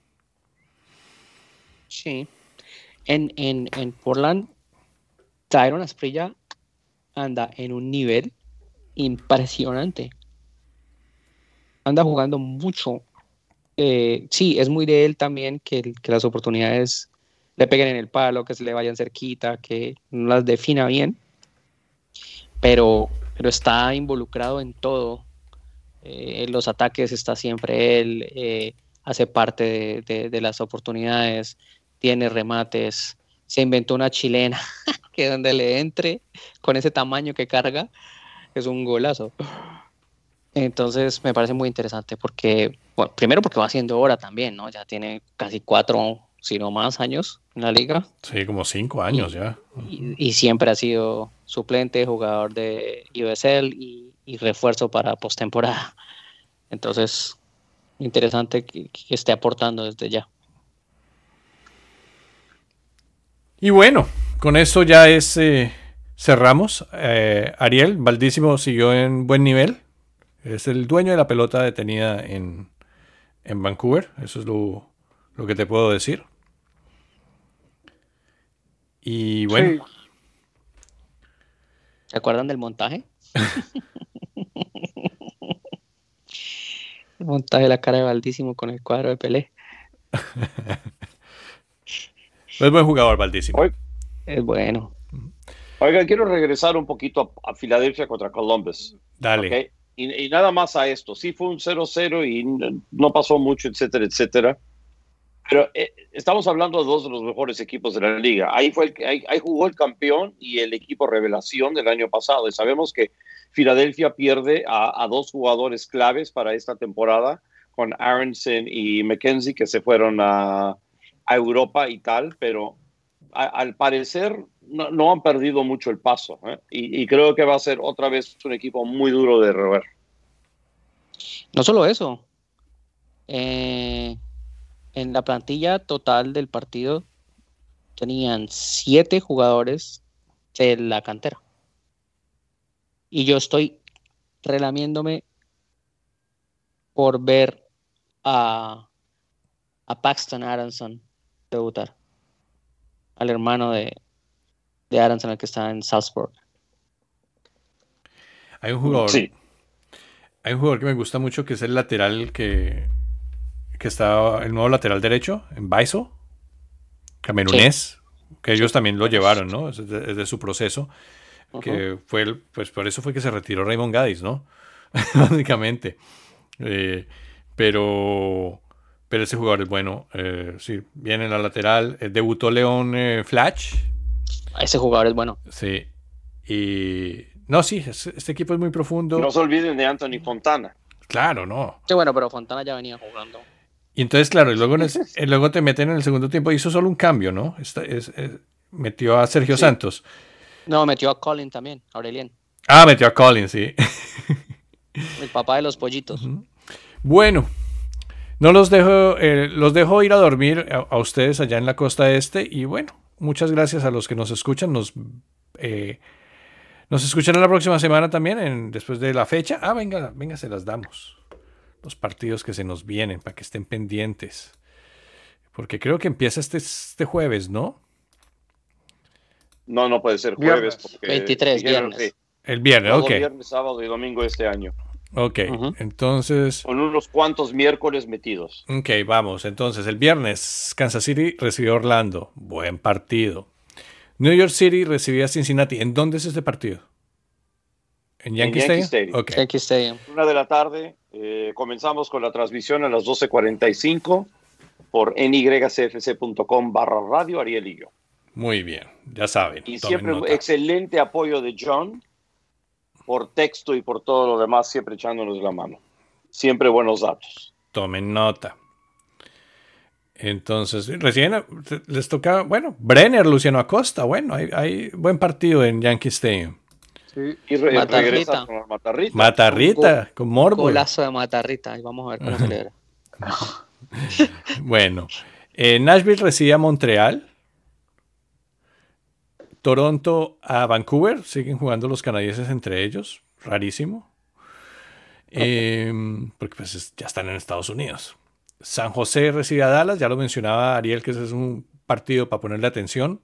Sí. En Portland, Tyron Asprilla anda en un nivel impresionante. Anda jugando mucho. Sí, es muy de él también que las oportunidades le peguen en el palo, que se le vayan cerquita, que no las defina bien. Pero está involucrado en todo. En los ataques está siempre él, hace parte de las oportunidades, tiene remates, se inventó una chilena que donde le entre con ese tamaño que carga es un golazo. Entonces me parece muy interesante porque, bueno, primero porque va haciendo hora también, ¿no? Ya tiene casi 4, si no más años en la liga. Sí, como 5 años ya. Y siempre ha sido suplente, jugador de USL y refuerzo para postemporada. Entonces, interesante que esté aportando desde ya. Y bueno, con eso ya cerramos. Ariel Valdísimo siguió en buen nivel. Es el dueño de la pelota detenida en Vancouver. Eso es lo que te puedo decir. Y bueno. Sí. ¿Se acuerdan del montaje? El montaje de la cara de Valdísimo con el cuadro de Pelé. Es buen jugador, Valdísimo. Es bueno. Oiga, quiero regresar un poquito a Filadelfia contra Columbus. Dale. ¿Okay? Y nada más a esto. Sí fue un 0-0 y no pasó mucho, etcétera, etcétera. Pero estamos hablando de dos de los mejores equipos de la liga. Ahí jugó el campeón y el equipo revelación del año pasado. Y sabemos que Filadelfia pierde a dos jugadores claves para esta temporada, con Aronson y McKenzie, que se fueron a Europa y tal, pero al parecer no han perdido mucho el paso. Y creo que va a ser otra vez un equipo muy duro de roer. No solo eso. En la plantilla total del partido tenían 7 jugadores de la cantera. Y yo estoy relamiéndome por ver a Paxton Aronson debutar. Al hermano de Aronson, el que está en Salzburg. Hay un jugador. Sí. Hay un jugador que me gusta mucho que es el lateral que está el nuevo lateral derecho en Baiso, camerunés, sí. Que ellos también lo llevaron, ¿no? Es de su proceso, uh-huh. Que fue pues por eso fue que se retiró Raymond Gaddis, ¿no? Básicamente. Pero ese jugador es bueno. Sí, viene en la lateral. Debutó León Flash. Ese jugador es bueno. Sí. Y no, sí, este equipo es muy profundo. No se olviden de Anthony Fontana. Claro, no. Sí, bueno, pero Fontana ya venía jugando. Y entonces, claro, y luego te meten en el segundo tiempo. Hizo solo un cambio, ¿no? Metió a Sergio Santos. No, metió a Colin también, Aurelien. Ah, metió a Colin, sí. El papá de los pollitos. Uh-huh. Bueno, no los dejo ir a dormir a ustedes allá en la costa este. Y bueno, muchas gracias a los que nos escuchan. Nos escuchan la próxima semana también, después de la fecha. Venga, se las damos. Los partidos que se nos vienen, para que estén pendientes. Porque creo que empieza este jueves, ¿no? No puede ser jueves. Porque 23, viernes. El viernes, Todo ok. viernes, sábado y domingo este año. Ok, entonces... Con unos cuantos miércoles metidos. Ok, vamos. Entonces, el viernes, Kansas City recibió a Orlando. Buen partido. New York City recibía a Cincinnati. ¿En dónde es este partido? ¿En Yankee Stadium? Okay. Yankee Stadium. 1 de la tarde. Comenzamos con la transmisión a las 12:45 por nycfc.com/radio, Ariel y yo. Muy bien, ya saben. Y siempre excelente apoyo de John por texto y por todo lo demás, siempre echándonos la mano. Siempre buenos datos. Tomen nota. Entonces, recién les toca, bueno, Brenner, Luciano Acosta. Bueno, hay buen partido en Yankee Stadium. Sí. Y regresa con Matarrita. Matarrita, con Morbo. Golazo de Matarrita. Y vamos a ver cómo celebra. Bueno, Nashville recibe a Montreal. Toronto a Vancouver. Siguen jugando los canadienses entre ellos. Rarísimo. Porque pues ya están en Estados Unidos. San José recibe a Dallas. Ya lo mencionaba Ariel, que ese es un partido para ponerle atención.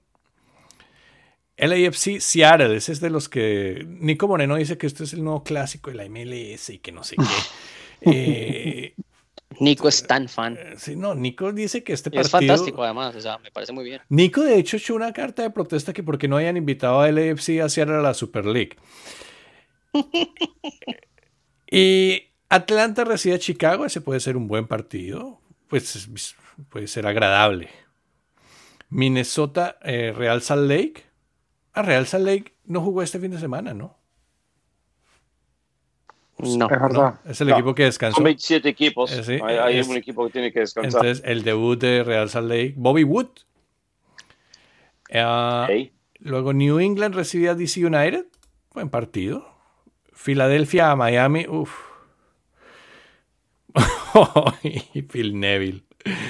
LAFC Seattle. Ese es de los que Nico Moreno dice que este es el nuevo clásico de la MLS y que no sé qué. Nico es tan fan. Sí, no, Nico dice que este partido... Es fantástico, además, o sea, me parece muy bien. Nico, de hecho, echó una carta de protesta que porque no hayan invitado a LAFC a hacer a la Super League. Y Atlanta recibe a Chicago. Ese puede ser un buen partido. Pues puede ser agradable. Minnesota, Real Salt Lake. Real Salt Lake no jugó este fin de semana, ¿no? No, es verdad. No, es el equipo que descansó. Son 27 equipos. Sí, hay un equipo que tiene que descansar. Entonces, el debut de Real Salt Lake, Bobby Wood. Luego, New England recibe a DC United. Buen partido. Filadelfia a Miami. Uf. Y Phil Neville.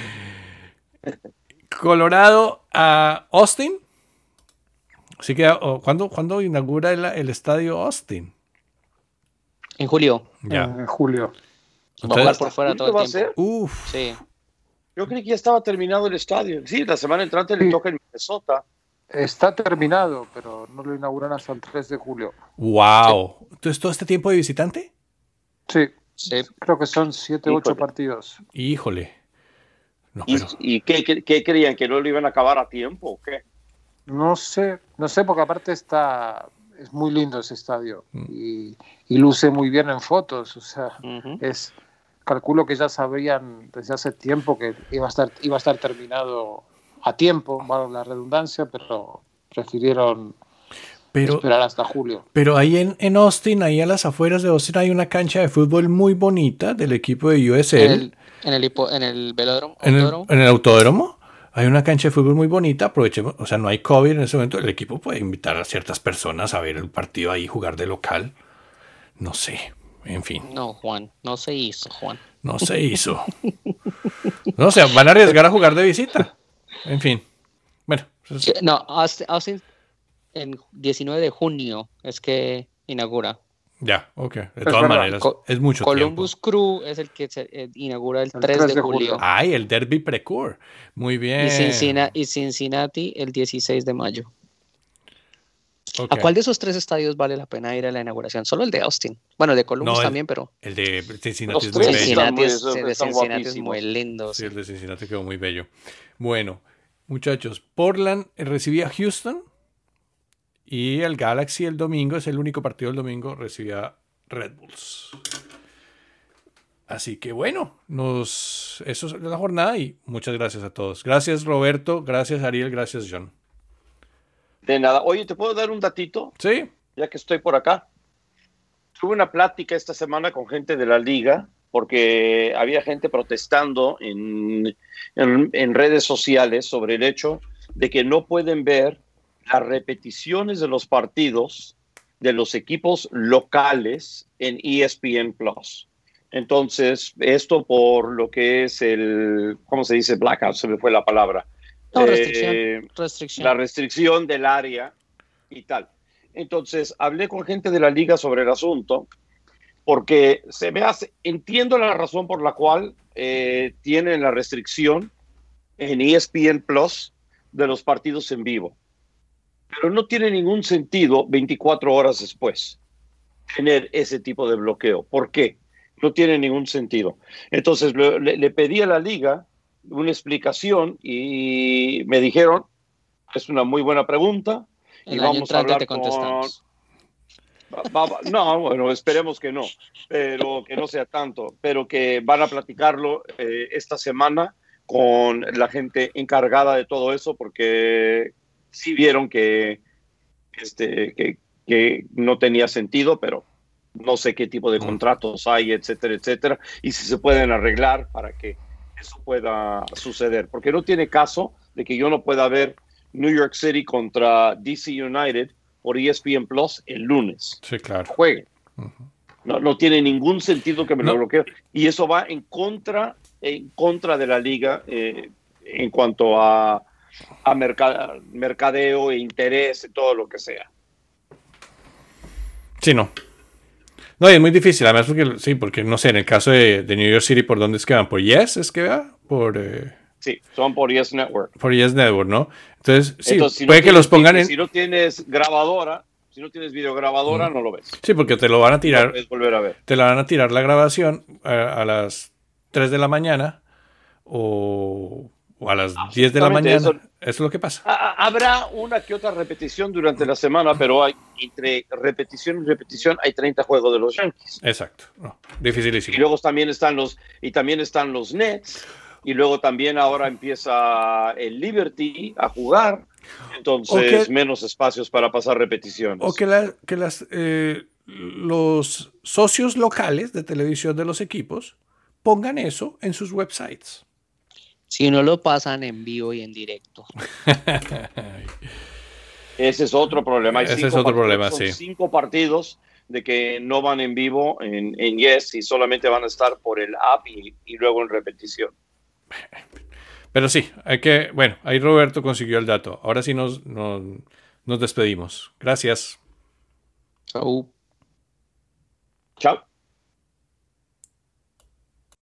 Colorado a Austin. Así que, ¿cuándo inaugura el estadio Austin? En julio. Ya. En julio. Va a jugar por fuera todo el tiempo. Uf. Sí. Yo creí que ya estaba terminado el estadio. Sí, la semana entrante le toca en Minnesota. Está terminado, pero no lo inauguran hasta el 3 de julio. ¡Wow! Sí. ¿Entonces todo este tiempo de visitante? Sí. Sí. Creo que son 7 o 8 partidos. Híjole. No, ¿Y qué creían? ¿Que no lo iban a acabar a tiempo o qué? No sé, porque aparte es muy lindo ese estadio y luce muy bien en fotos, o sea, calculo que ya sabían desde hace tiempo que iba a estar terminado a tiempo, vale la redundancia, pero prefirieron esperar hasta julio. Pero ahí en Austin, ahí a las afueras de Austin hay una cancha de fútbol muy bonita del equipo de USL. En el velódromo. En el autódromo. Hay una cancha de fútbol muy bonita, aprovechemos, o sea, no hay COVID en ese momento, el equipo puede invitar a ciertas personas a ver el partido ahí, jugar de local, no sé, en fin. No, Juan, no se hizo, Juan. No se hizo. No, o sea, van a arriesgar a jugar de visita, en fin. Bueno. Pues... No, Austin en 19 de junio es que inaugura. Ya, ok. De todas maneras, es mucho Columbus tiempo. Crew es el que se inaugura el 3 de julio. Ay, el Derby Precure. Muy bien. Y Cincinnati el 16 de mayo. Okay. ¿A cuál de esos 3 estadios vale la pena ir a la inauguración? Solo el de Austin. Bueno, el de Columbus también, pero... El de Cincinnati es muy bello. Cincinnati es muy lindo. Sí, el de Cincinnati quedó muy bello. Bueno, muchachos, Portland recibía a Houston. Y el Galaxy el domingo, es el único partido del domingo, recibía Red Bulls. Así que bueno, eso es la jornada y muchas gracias a todos. Gracias Roberto, gracias Ariel, gracias John. De nada. Oye, ¿te puedo dar un datito? Sí. Ya que estoy por acá. Tuve una plática esta semana con gente de la liga porque había gente protestando en redes sociales sobre el hecho de que no pueden ver las repeticiones de los partidos de los equipos locales en ESPN Plus. Entonces, esto por lo que es ¿cómo se dice? Blackout, se me fue la palabra. No, restricción. La restricción del área y tal. Entonces, hablé con gente de la liga sobre el asunto porque entiendo la razón por la cual tienen la restricción en ESPN Plus de los partidos en vivo. Pero no tiene ningún sentido 24 horas después. tener ese tipo de bloqueo. ¿Por qué? No tiene ningún sentido. Entonces le pedí a la liga una explicación y me dijeron, es una muy buena pregunta. El y año vamos a entrante hablar te contestamos. No, bueno, esperemos que no, pero que no sea tanto, pero que van a platicarlo esta semana con la gente encargada de todo eso, porque sí vieron que no tenía sentido, pero no sé qué tipo de contratos hay, etcétera, etcétera, y si se pueden arreglar para que eso pueda suceder, porque no tiene caso de que yo no pueda ver New York City contra DC United por ESPN Plus el lunes. Sí, claro. Jueguen. No tiene ningún sentido que me lo bloquee. Y eso va en contra de la liga en cuanto a mercadeo e interés, todo lo que sea. Sí, no. No, y es muy difícil, además porque no sé, en el caso de New York City, ¿por dónde es que van? ¿Por Yes es que va? Sí, son por Yes Network. Por Yes Network, ¿no? Entonces, sí, si puede que los pongan en... Si no tienes grabadora, si no tienes videograbadora, no lo ves. Sí, porque te lo van a tirar... No puedes volver a ver. Te la van a tirar la grabación a las 3 de la mañana o a las 10 de la mañana. Eso es lo que pasa. Habrá una que otra repetición durante la semana, pero hay entre repetición y repetición hay 30 juegos de los Yankees. Exacto. No, dificilísimo. Y luego también están los Nets. Y luego también ahora empieza el Liberty a jugar. Entonces, menos espacios para pasar repeticiones. O que los socios locales de televisión de los equipos pongan eso en sus websites. Si no lo pasan en vivo y en directo. Ese es otro problema. Son 5 partidos de que no van en vivo en Yes y solamente van a estar por el app y luego en repetición. Pero sí, ahí Roberto consiguió el dato. Ahora sí nos despedimos. Gracias. Chau. Chao.